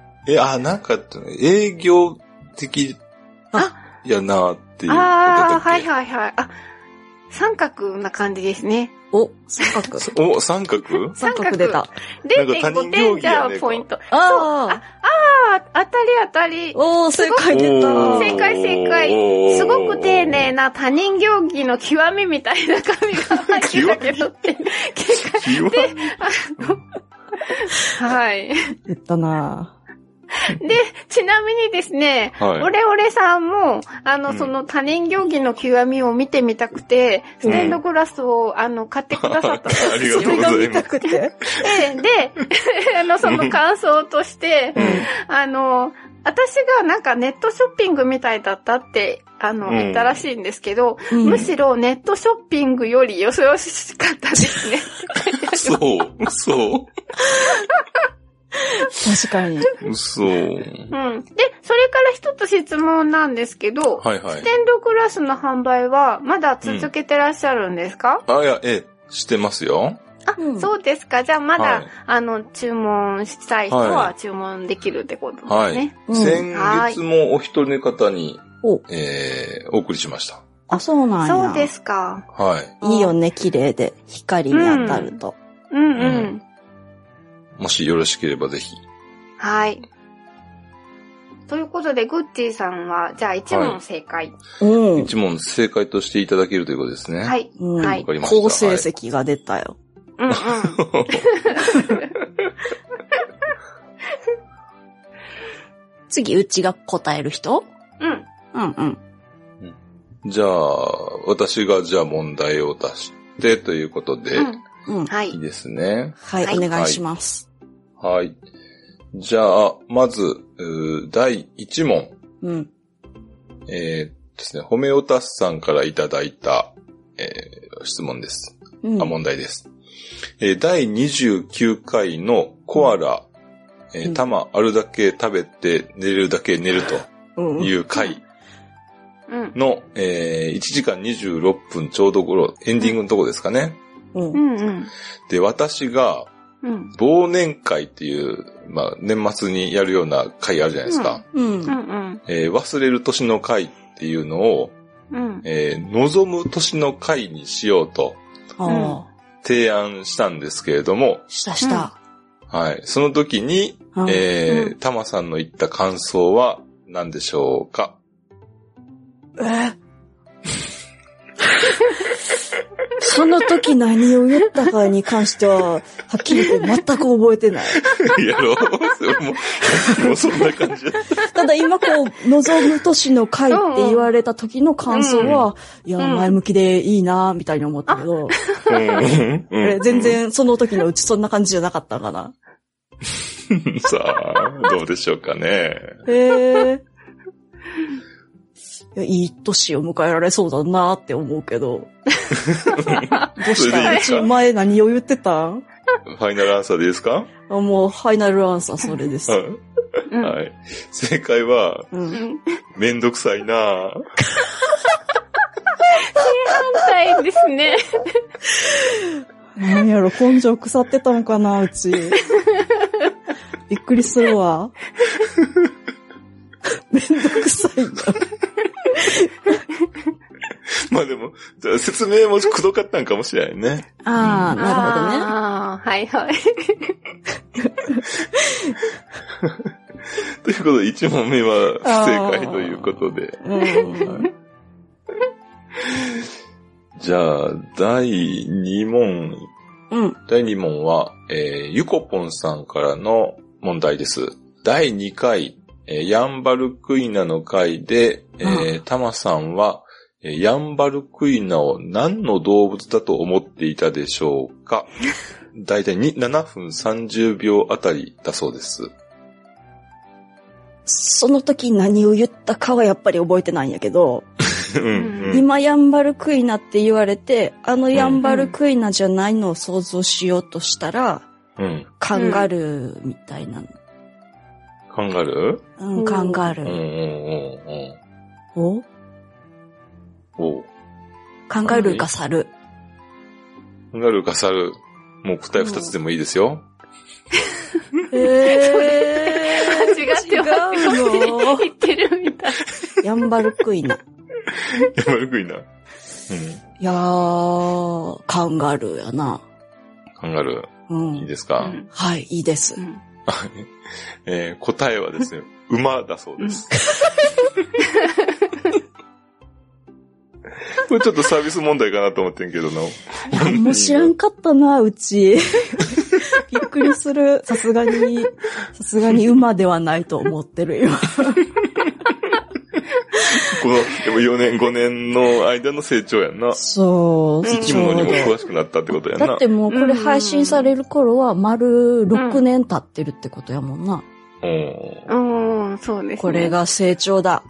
営業的やなっていうことだっけ？ はいはいはい。三角な感じですね。 三角。 三角？ 三角出た。 0.5 点じゃあポイント。当たり。 正解出た。 正解。すごく丁寧な他人行儀の極みみたいな紙が入ってたけどって。はい。 言ったなぁ。 で、ちなみにですね、オレオレさんも、その他人行儀の極みを見てみたくて、ステンドグラスを、買ってくださったそうです。ありがとうございます。 見たくて。 で、その感想として、私がなんかネットショッピングみたいだったって、言ったらしいんですけど、むしろネットショッピングよりよそよしかったですね。 そう。 確かに。 そう。で、 それから一つ質問なんですけど、ステンドグラスの販売はまだ続けてらっしゃるんですか？ してますよ。 そうですか。じゃあまだ、注文したい人は注文できるってことですね。 先月もお一人の方に、お送りしました。 そうなんや。 そうですか。 いいよね、綺麗で。光に当たると。 もしよろしければぜひ。 はい。ということで、グッチーさんは、じゃあ1問正解。 1問正解としていただけるということですね。 はい。はい。 わかりました。 好成績が出たよ。次、うちが答える人？ じゃあ、私が問題を出してということで、いいですね。 はい、お願いします。 はい。じゃあ、まず、第1問。ですね、ホメオタスさんからいただいた、質問です。問題です。第29回のコアラ、玉あるだけ食べて寝れるだけ寝るという回の、1時間26分ちょうど頃、エンディングのとこですかね。で、私が、忘年会っていう、年末にやるような会あるじゃないですか。忘れる年の会っていうのを、望む年の会にしようと、提案したんですけれども。 した。 はい。その時に、タマさんの言った感想は何でしょうか？ その時何を言ったかに関しては、はっきり言って全く覚えてない。 やろもうそんな感じ。 ただ今望む年の会って言われた時の感想は、いや、前向きでいいなみたいに思ったけど、全然その時のうちそんな感じじゃなかったかな。 さあ、どうでしょうかね。 いい年を迎えられそうだなって思うけど。どうしたうち前何を言ってたファイナルアンサーでいいですか？ もうファイナルアンサーそれです。 はい。正解は、めんどくさいなぁ。 正反対ですね。 なんやろ、根性腐ってたのかな、うち。びっくりするわ。めんどくさいな。 まあでも、じゃあ説明もくどかったんかもしれないね。 ああ、なるほどね。 ああ、はいはい。 ということで、1問目は不正解ということで。じゃあ、第2問。第2問は、ゆこぽんさんからの問題です。第2回、ヤンバルクイナの回で、タマさんは、ヤンバルクイナを何の動物だと思っていたでしょうか？だいたい7分30秒あたりだそうです。 その時何を言ったかはやっぱり覚えてないんやけど、今ヤンバルクイナって言われて、ヤンバルクイナじゃないのを想像しようとしたら、カンガルーみたいなの。 カンガルー？カンガルー。おカンガルーか猿。 カンガルーか猿。もう答え2つでもいいですよ。 間違ってますよ。言ってるみたい。 ヤンバルクイナ。 ヤンバルクイナ。いやー、カンガルーやな。 カンガルー。いいですか？ はい、いいです。 答えはですね、馬だそうです。これちょっとサービス問題かなと思ってんけどな。 何も知らんかったな、うち。びっくりする。さすがに馬ではないと思ってるよ。 この、でも4年、5年の間の成長やんな。 そう。 生き物にも詳しくなったってことやんな。 だってもうこれ配信される頃は丸6年経ってるってことやもんな。 そうですね。 これが成長だ。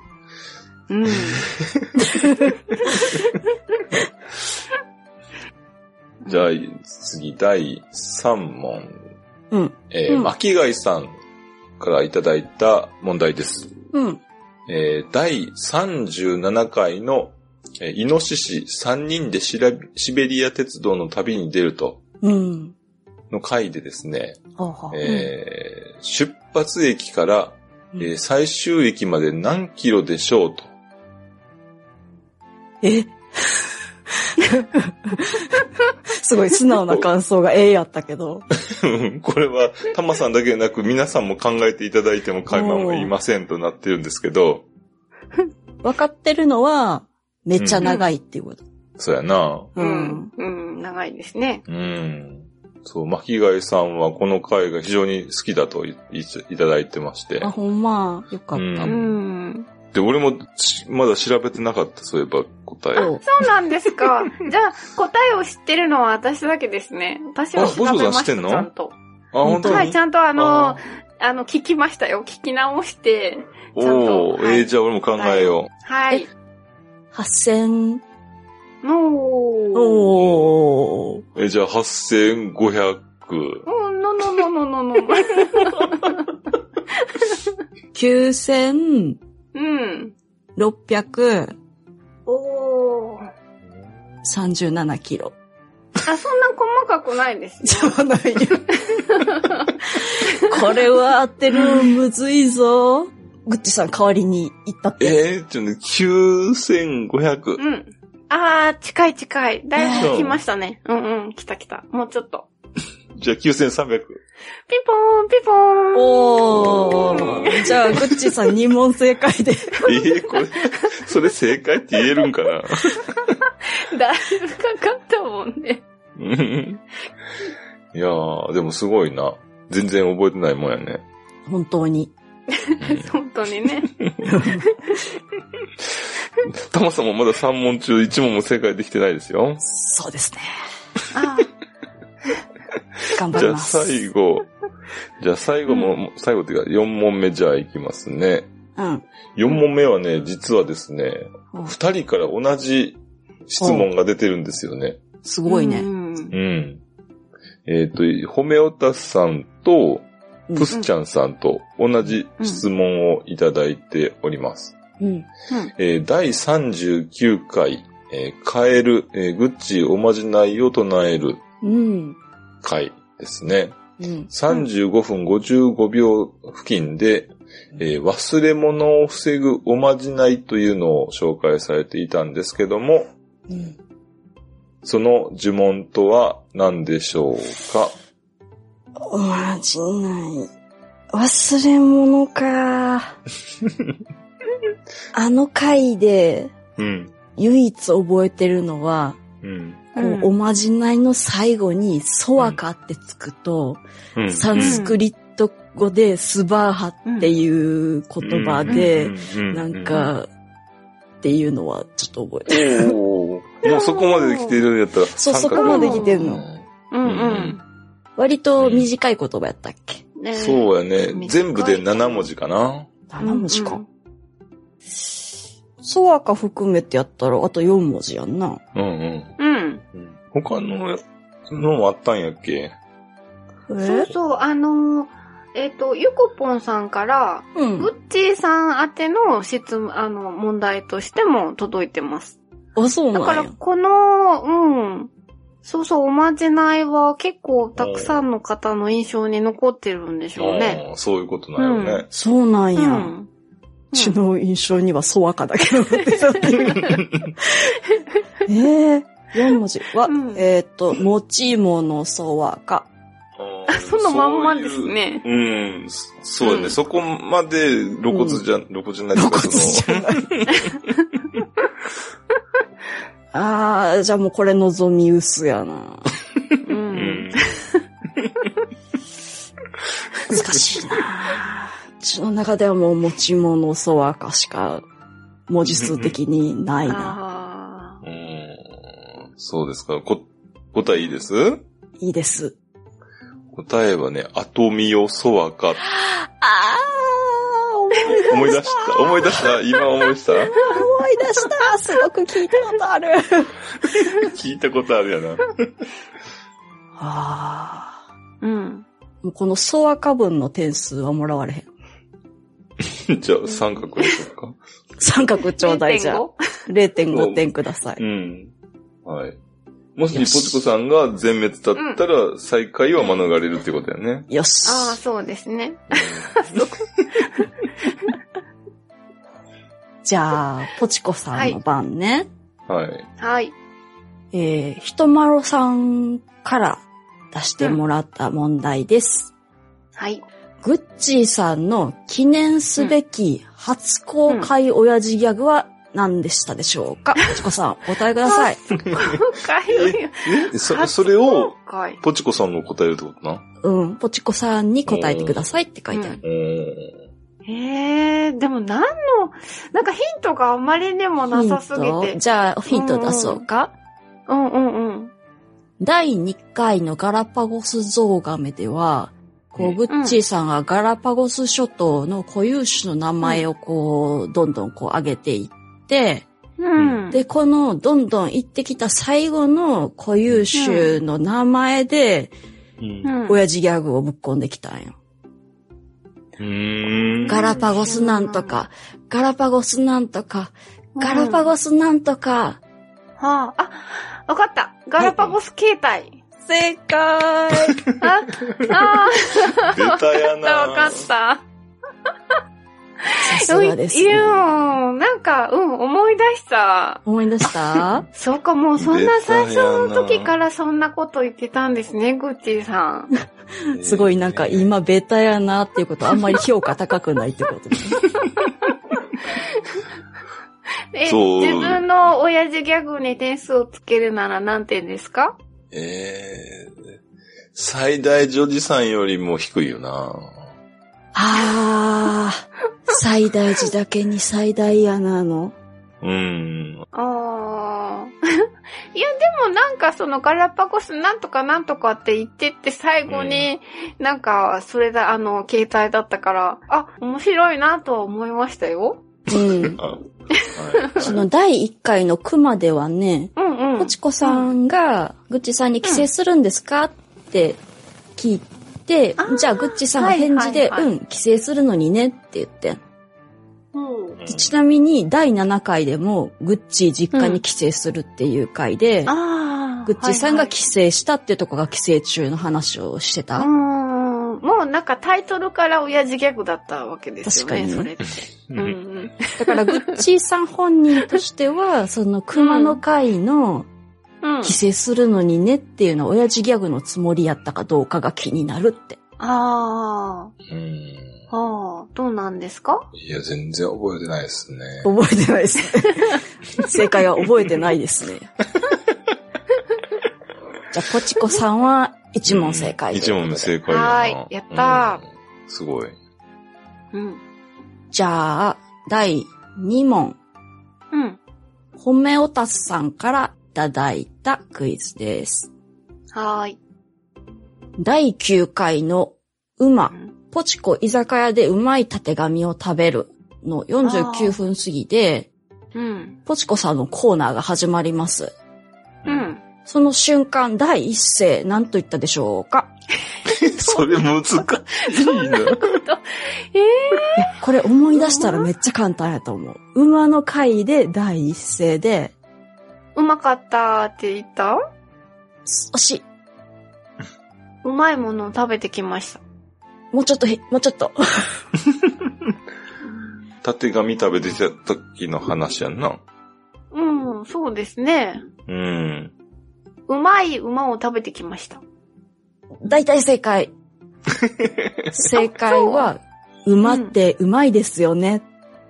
じゃあ、次、第3問。巻貝さんからいただいた問題です。第37回の、イノシシ3人でシベリア鉄道の旅に出ると、の回でですね、出発駅から、最終駅まで何キロでしょうと。 すごい素直な感想がやったけど。 これは、タマさんだけでなく皆さんも考えていただいても会話もいませんとなってるんですけど。 分かってるのは、めっちゃ長いっていうこと。 そうやな。 長いですね。 そう、巻貝さんはこの回が非常に好きだといただいてまして。 あ、ほんま、よかった。 で、俺もまだ調べてなかった、そういえば答え。 そうなんですか。じゃあ、答えを知ってるのは私だけですね。私は調べました、ちゃんと。 本当に？ はい、ちゃんと聞きましたよ。聞き直して。 じゃあ俺も考えよう。 はい。 8000。 じゃあ8500。 の。 9600。37キロ。 そんな細かくないですよ。 そうなんや。これは当てるむずいぞ。グッチさん代わりに言ったって。 9500。 近い。だいぶ来ましたね。来た。もうちょっと。 じゃあ9300。 ピンポーン。 じゃあ、グッチさん2問正解で。 これ、それ正解って言えるんかな？ だいぶかかったもんね。 いやー、でもすごいな。全然覚えてないもんやね。 本当に。 本当にね。 タマさんもまだ3問中1問も正解できてないですよ。 そうですね。 頑張ります。じゃあ最後っていうか4問目じゃあいきますね。 うん。 4問目はね、実はですね、2人から同じ質問が出てるんですよね。 すごいね。 うん。ホメオタスさんと、プスちゃんさんと同じ質問をいただいております。第39回、カエル、グッチおまじないを唱える回ですね。35分55秒付近で、忘れ物を防ぐおまじないというのを紹介されていたんですけども、その呪文とは何でしょうか？ おまじない。忘れ物か。あの回で、唯一覚えてるのは、おまじないの最後にソワカってつくと、サンスクリット語でスバーハっていう言葉で、なんか、っていうのはちょっと覚えてる。 もうそこまで来てるんやったら。 そう、そこまで来てるの。割と短い言葉やったっけ？ そうやね。全部で7文字かな。 7文字か。ソワカ含めてやったらあと4文字やんな。 他のもあったんやっけ？ そうそう、ゆこぽんさんから、グッチーさん宛ての問題としても届いてます。 あ、そうなんや。 だからこの、そうそう、おまじないは結構たくさんの方の印象に残ってるんでしょうね。 そういうことなんよね。 そうなんや。うちの印象にはソワカだけど。4文字は、持ち物ソワカ。 そのまんまですね。 そうやね。そこまで露骨じゃないですか。露骨じゃない。 じゃあもうこれ望み薄やな。難しいな。うちの中ではもう持ち物ソワカしか文字数的にないな。 そうですか。答えいいです？ いいです。 答えはね、アトミオソワカ。思い出した今思い出したすごく聞いたことある。 聞いたことあるやな。 もうこのソワカ分の点数はもらわれへん。じゃあ、三角にしようか。 三角ちょうだいじゃあ。0.5 点ください。 はい。もし、ポチコさんが全滅だったら、最下位は免れるってことだよね。 よし。 そうですね。 じゃあ、ポチコさんの番ね。 はい。 ひとまろさんから出してもらった問題です。 はい。 グッチーさんの記念すべき初公開親父ギャグは何でしたでしょうか？ポチコさん、お答えください。 それを、ポチコさんの答えるってことな？ ポチコさんに答えてくださいって書いてある。 でもなんかヒントがあまりでもなさすぎて。 じゃあ、ヒント出そうか？第2回のガラパゴスゾウガメでは、グッチーさんがガラパゴス諸島の固有種の名前をどんどん上げていって、で、このどんどん行ってきた最後の固有種の名前で、親父ギャグをぶっ込んできたんよ。ガラパゴスなんとか、ガラパゴスなんとか、ガラパゴスなんとか。 わかった。ガラパゴス形態。 正解。 ベタやな。 わかった。 さすがですね。 なんか、思い出した。 思い出したそうか、もうそんな最初の時からそんなこと言ってたんですね、グッチーさん。 すごいなんか今ベタやなっていうことあんまり評価高くないってことですね。自分の親父ギャグに点数をつけるなら何点ですか？ 最大女児さんよりも低いよな。 最大寺だけに最大やなの。 ああ。いや、でもなんかそのガラパゴスなんとかなんとかって言ってって最後に、なんかそれだ、携帯だったから、面白いなとは思いましたよ。 その第1回のクマではね、ポチコさんがグッチさんに帰省するんですかって聞いて、じゃあグッチさんが返事で、帰省するのにねって言って。ちなみに第7回でもグッチ実家に帰省するっていう回で、グッチさんが帰省したっていうとこが帰省中の話をしてた。 もうなんかタイトルから親父ギャグだったわけですよね、それって。 だからグッチさん本人としては、その熊の回の帰省するのにねっていうのは親父ギャグのつもりやったかどうかが気になるって。 どうなんですか？ いや、全然覚えてないですね。 覚えてないですね。正解は覚えてないですね。じゃあ、ポチコさんは1問正解。 1問正解だな。 はい、やったー。すごい。 じゃあ、第2問。ホメオタスさんからいただいたクイズです。第9回の馬。ポチコ居酒屋でうまいたてがみを食べるの49分過ぎで、ポチコさんのコーナーが始まります。その瞬間、第一声、何と言ったでしょうか？ それ難しいな。 そんなこと。 これ思い出したらめっちゃ簡単やと思う。馬の回で第一声で、 うまかったって言った？ 惜しい。 うまいものを食べてきました。 もうちょっと。 たてがみ食べてた時の話やんな。 そうですね。うまい馬を食べてきました。 大体正解。正解は、馬ってうまいですよね。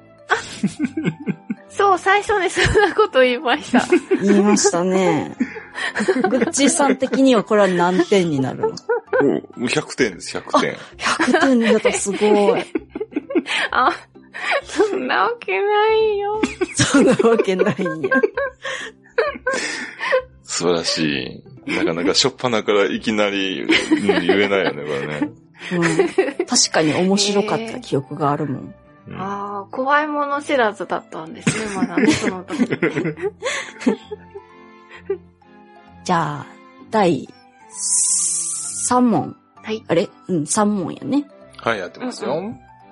そう、最初にそんなこと言いました。 言いましたね。グッチーさん的にはこれは何点になるの ？100点です、100点。 100点だとすごい。 そんなわけないよ。 そんなわけないんや。 素晴らしい。なかなかしょっぱなからいきなり、言えないよね、これね。 確かに面白かった記憶があるもん。 怖いもの知らずだったんですね、まだね、その時。 じゃあ、第3問。 はい。 あれ？3問やね。 はい、やってますよ。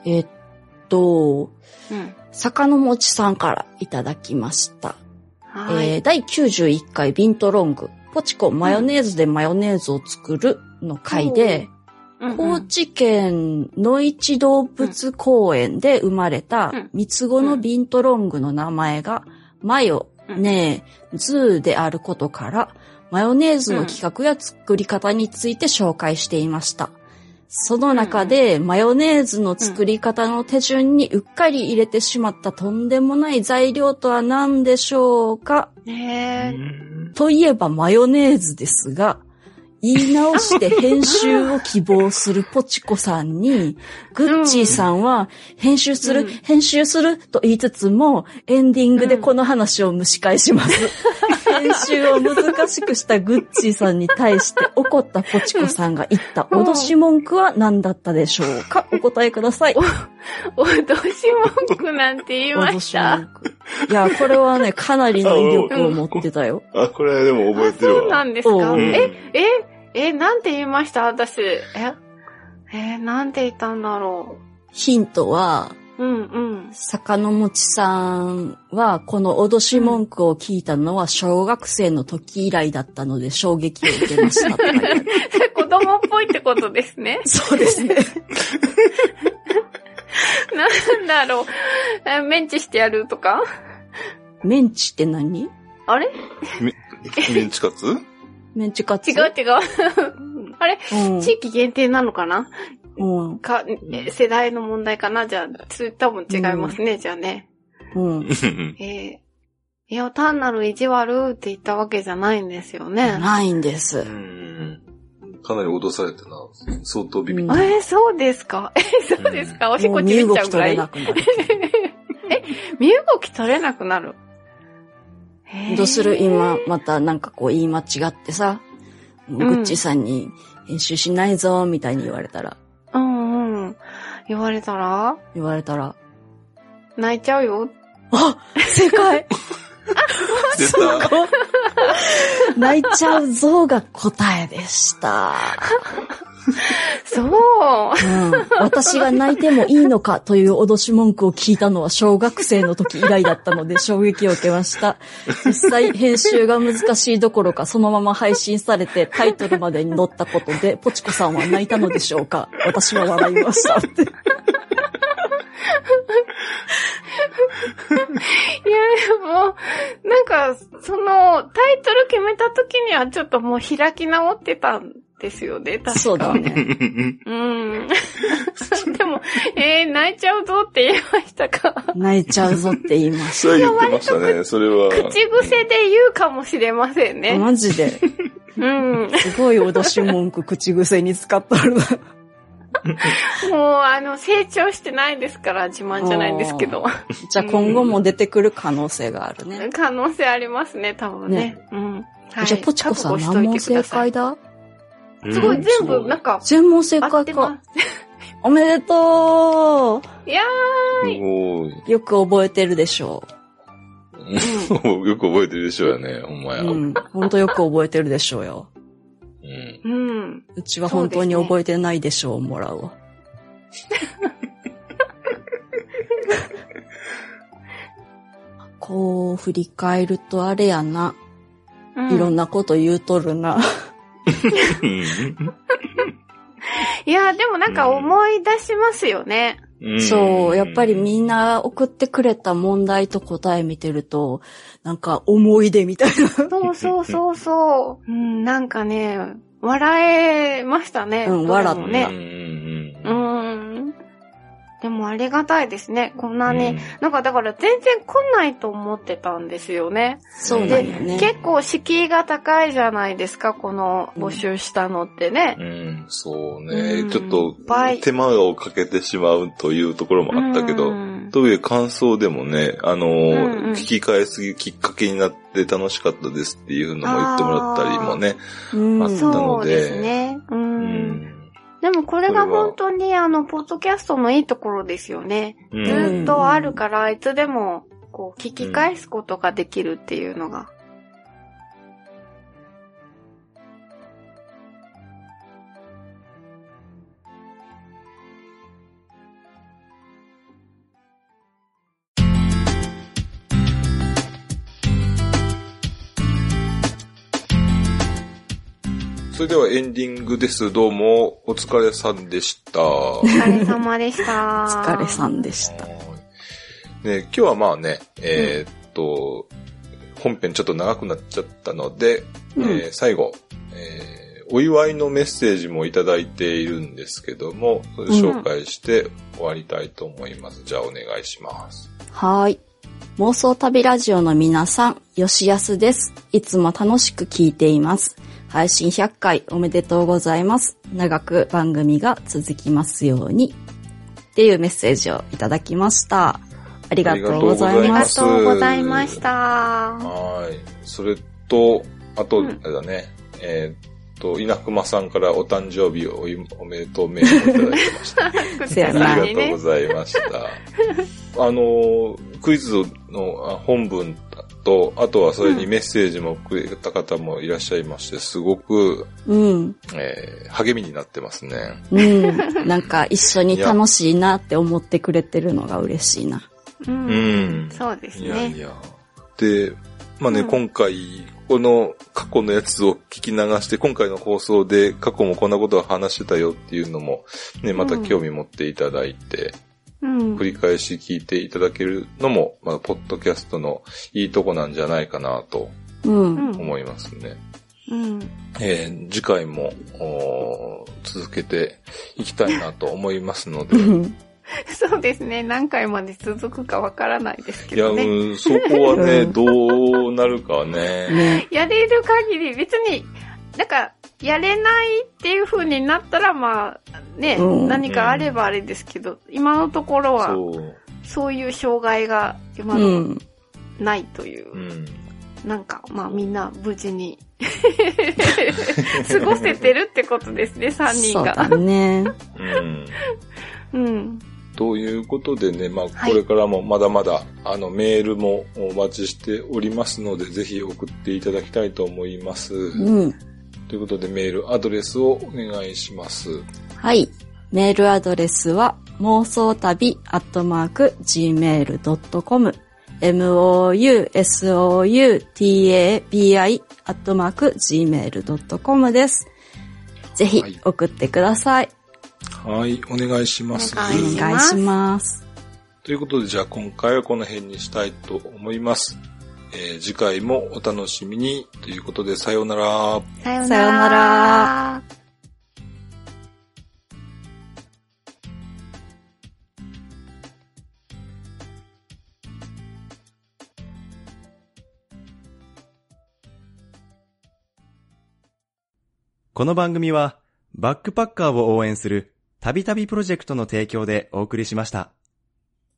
坂のもちさんからいただきました。第91回ビントロング、ポチコマヨネーズでマヨネーズを作るの回で、高知県野市動物公園で生まれた三つ子のビントロングの名前がマヨネーズであることから、マヨネーズの企画や作り方について紹介していました。その中で、マヨネーズの作り方の手順にうっかり入れてしまったとんでもない材料とは何でしょうか？といえばマヨネーズですが、言い直して編集を希望するポチコさんに、グッチーさんは編集すると言いつつも、エンディングでこの話を蒸し返します。編集を難しくしたグッチーさんに対して怒ったポチコさんが言った脅し文句は何だったでしょうか？お答えください。 脅し文句なんて言いました？ いや、これはね、かなりの威力を持ってたよ。 これでも覚えてるわ。 そうなんですか？なんて言いました？私。なんて言ったんだろう。 ヒントは、坂のもちさんは、この脅し文句を聞いたのは小学生の時以来だったので衝撃を受けましたって書いてある。 子供っぽいってことですね。 そうですね。 なんだろう。メンチしてやるとか？ メンチって何？ あれ？ メンチカツ？ メンチカツ？ 違う。あれ、地域限定なのかな？世代の問題かな？じゃあ、多分違いますね、じゃあね。いや、単なる意地悪って言ったわけじゃないんですよね。 ないんです。 かなり脅されてな。相当ビビった。 そうですか？そうですか？おしっこちびっちゃうぐらい。 身動き取れなくなる。 身動き取れなくなる？ どうする今、またなんかこう言い間違ってさ、グッチさんに編集しないぞ、みたいに言われたら。 言われたら泣いちゃうよ。 あ、正解そうか。泣いちゃうぞが答えでした。 そう、 私が泣いてもいいのかという脅し文句を聞いたのは小学生の時以来だったので衝撃を受けました。実際編集が難しいどころかそのまま配信されてタイトルまでに載ったことでポチコさんは泣いたのでしょうか。私は笑いましたって。いや、もう、なんか、その、タイトル決めた時にはちょっともう開き直ってたんですよね、確か。 そうだね。 でも、泣いちゃうぞって言いましたか？ 泣いちゃうぞって言いました。 それ言ってましたね、それは。 口癖で言うかもしれませんね。 マジで。すごい脅し文句口癖に使ったるな。 もう、成長してないですから自慢じゃないんですけど。 じゃあ今後も出てくる可能性があるね。 可能性ありますね、多分ね。 はい、じゃあポチコさん何問正解だ？ すごい、全部、なんか。 全問正解か。おめでとう。 いやー。 よく覚えてるでしょう。よく覚えてるでしょうよね、ほんまや。 ほんとよく覚えてるでしょうよ。うちは本当に覚えてないでしょう、もらうわ。こう、振り返るとあれやな。いろんなこと言うとるな。 いや、でもなんか思い出しますよね。 そう、やっぱりみんな送ってくれた問題と答え見てると、なんか思い出みたいな。 そう。なんかね、笑えましたね。 笑った。 でもありがたいですね。こんなね、なんかだから全然来ないと思ってたんですよね。 そうだよね。 結構敷居が高いじゃないですか、この募集したのってね。 そうね。ちょっと手間をかけてしまうというところもあったけど、という感想でもね、聞き返すきっかけになって楽しかったですっていうのも言ってもらったりもね、あったので。 そうですね。でもこれが本当にポッドキャストのいいところですよね。ずっとあるから、いつでもこう聞き返すことができるっていうのが。 それではエンディングです。どうもお疲れさんでした。 お疲れ様でした。 お疲れさんでした。 ね、今日はまあね、本編ちょっと長くなっちゃったので、最後、お祝いのメッセージもいただいているんですけども、それ紹介して終わりたいと思います。じゃあお願いします。 はい。妄想旅ラジオの皆さん、吉安です。いつも楽しく聞いています。配信100回おめでとうございます。長く番組が続きますように。っていうメッセージをいただきました。ありがとうございます。 ありがとうございました。 はい。それと、あと、あれだね。稲熊さんからお誕生日おめでとうメールをいただいてました。ありがとうございました。クイズの本文と、あとはそれにメッセージもくれた方もいらっしゃいまして、すごく、励みになってますね。 なんか一緒に楽しいなって思ってくれてるのが嬉しいな。 そうですね。 で、まあね、今回、この過去のやつを聞き流して、今回の放送で過去もこんなことを話してたよっていうのも、ね、また興味持っていただいて、繰り返し聞いていただけるのも、まあ、ポッドキャストのいいとこなんじゃないかなと思いますね。次回も続けていきたいなと思いますので。 そうですね。何回まで続くかわからないですけどね。 いや、そこはね、どうなるかね。 やれる限り、別に、なんか、やれないっていう風になったら、まあ、ね、何かあればあれですけど、今のところは、そういう障害が今のないという。 なんか、まあみんな無事に過ごせてるってことですね、3人が。 そうだね。 うん。 ということでね、まあこれからもまだまだ、メールもお待ちしておりますので、ぜひ送っていただきたいと思います。 うん。 ということでメールアドレスをお願いします。 はい。メールアドレスは、妄想旅@gmail.com mousoutabi@gmail.com です。ぜひ送ってください。 はい、お願いします。 お願いします。 ということで、じゃあ今回はこの辺にしたいと思います。次回もお楽しみにということで、さようなら。 さようなら。 この番組はバックパッカーを応援するたびたびプロジェクトの提供でお送りしました。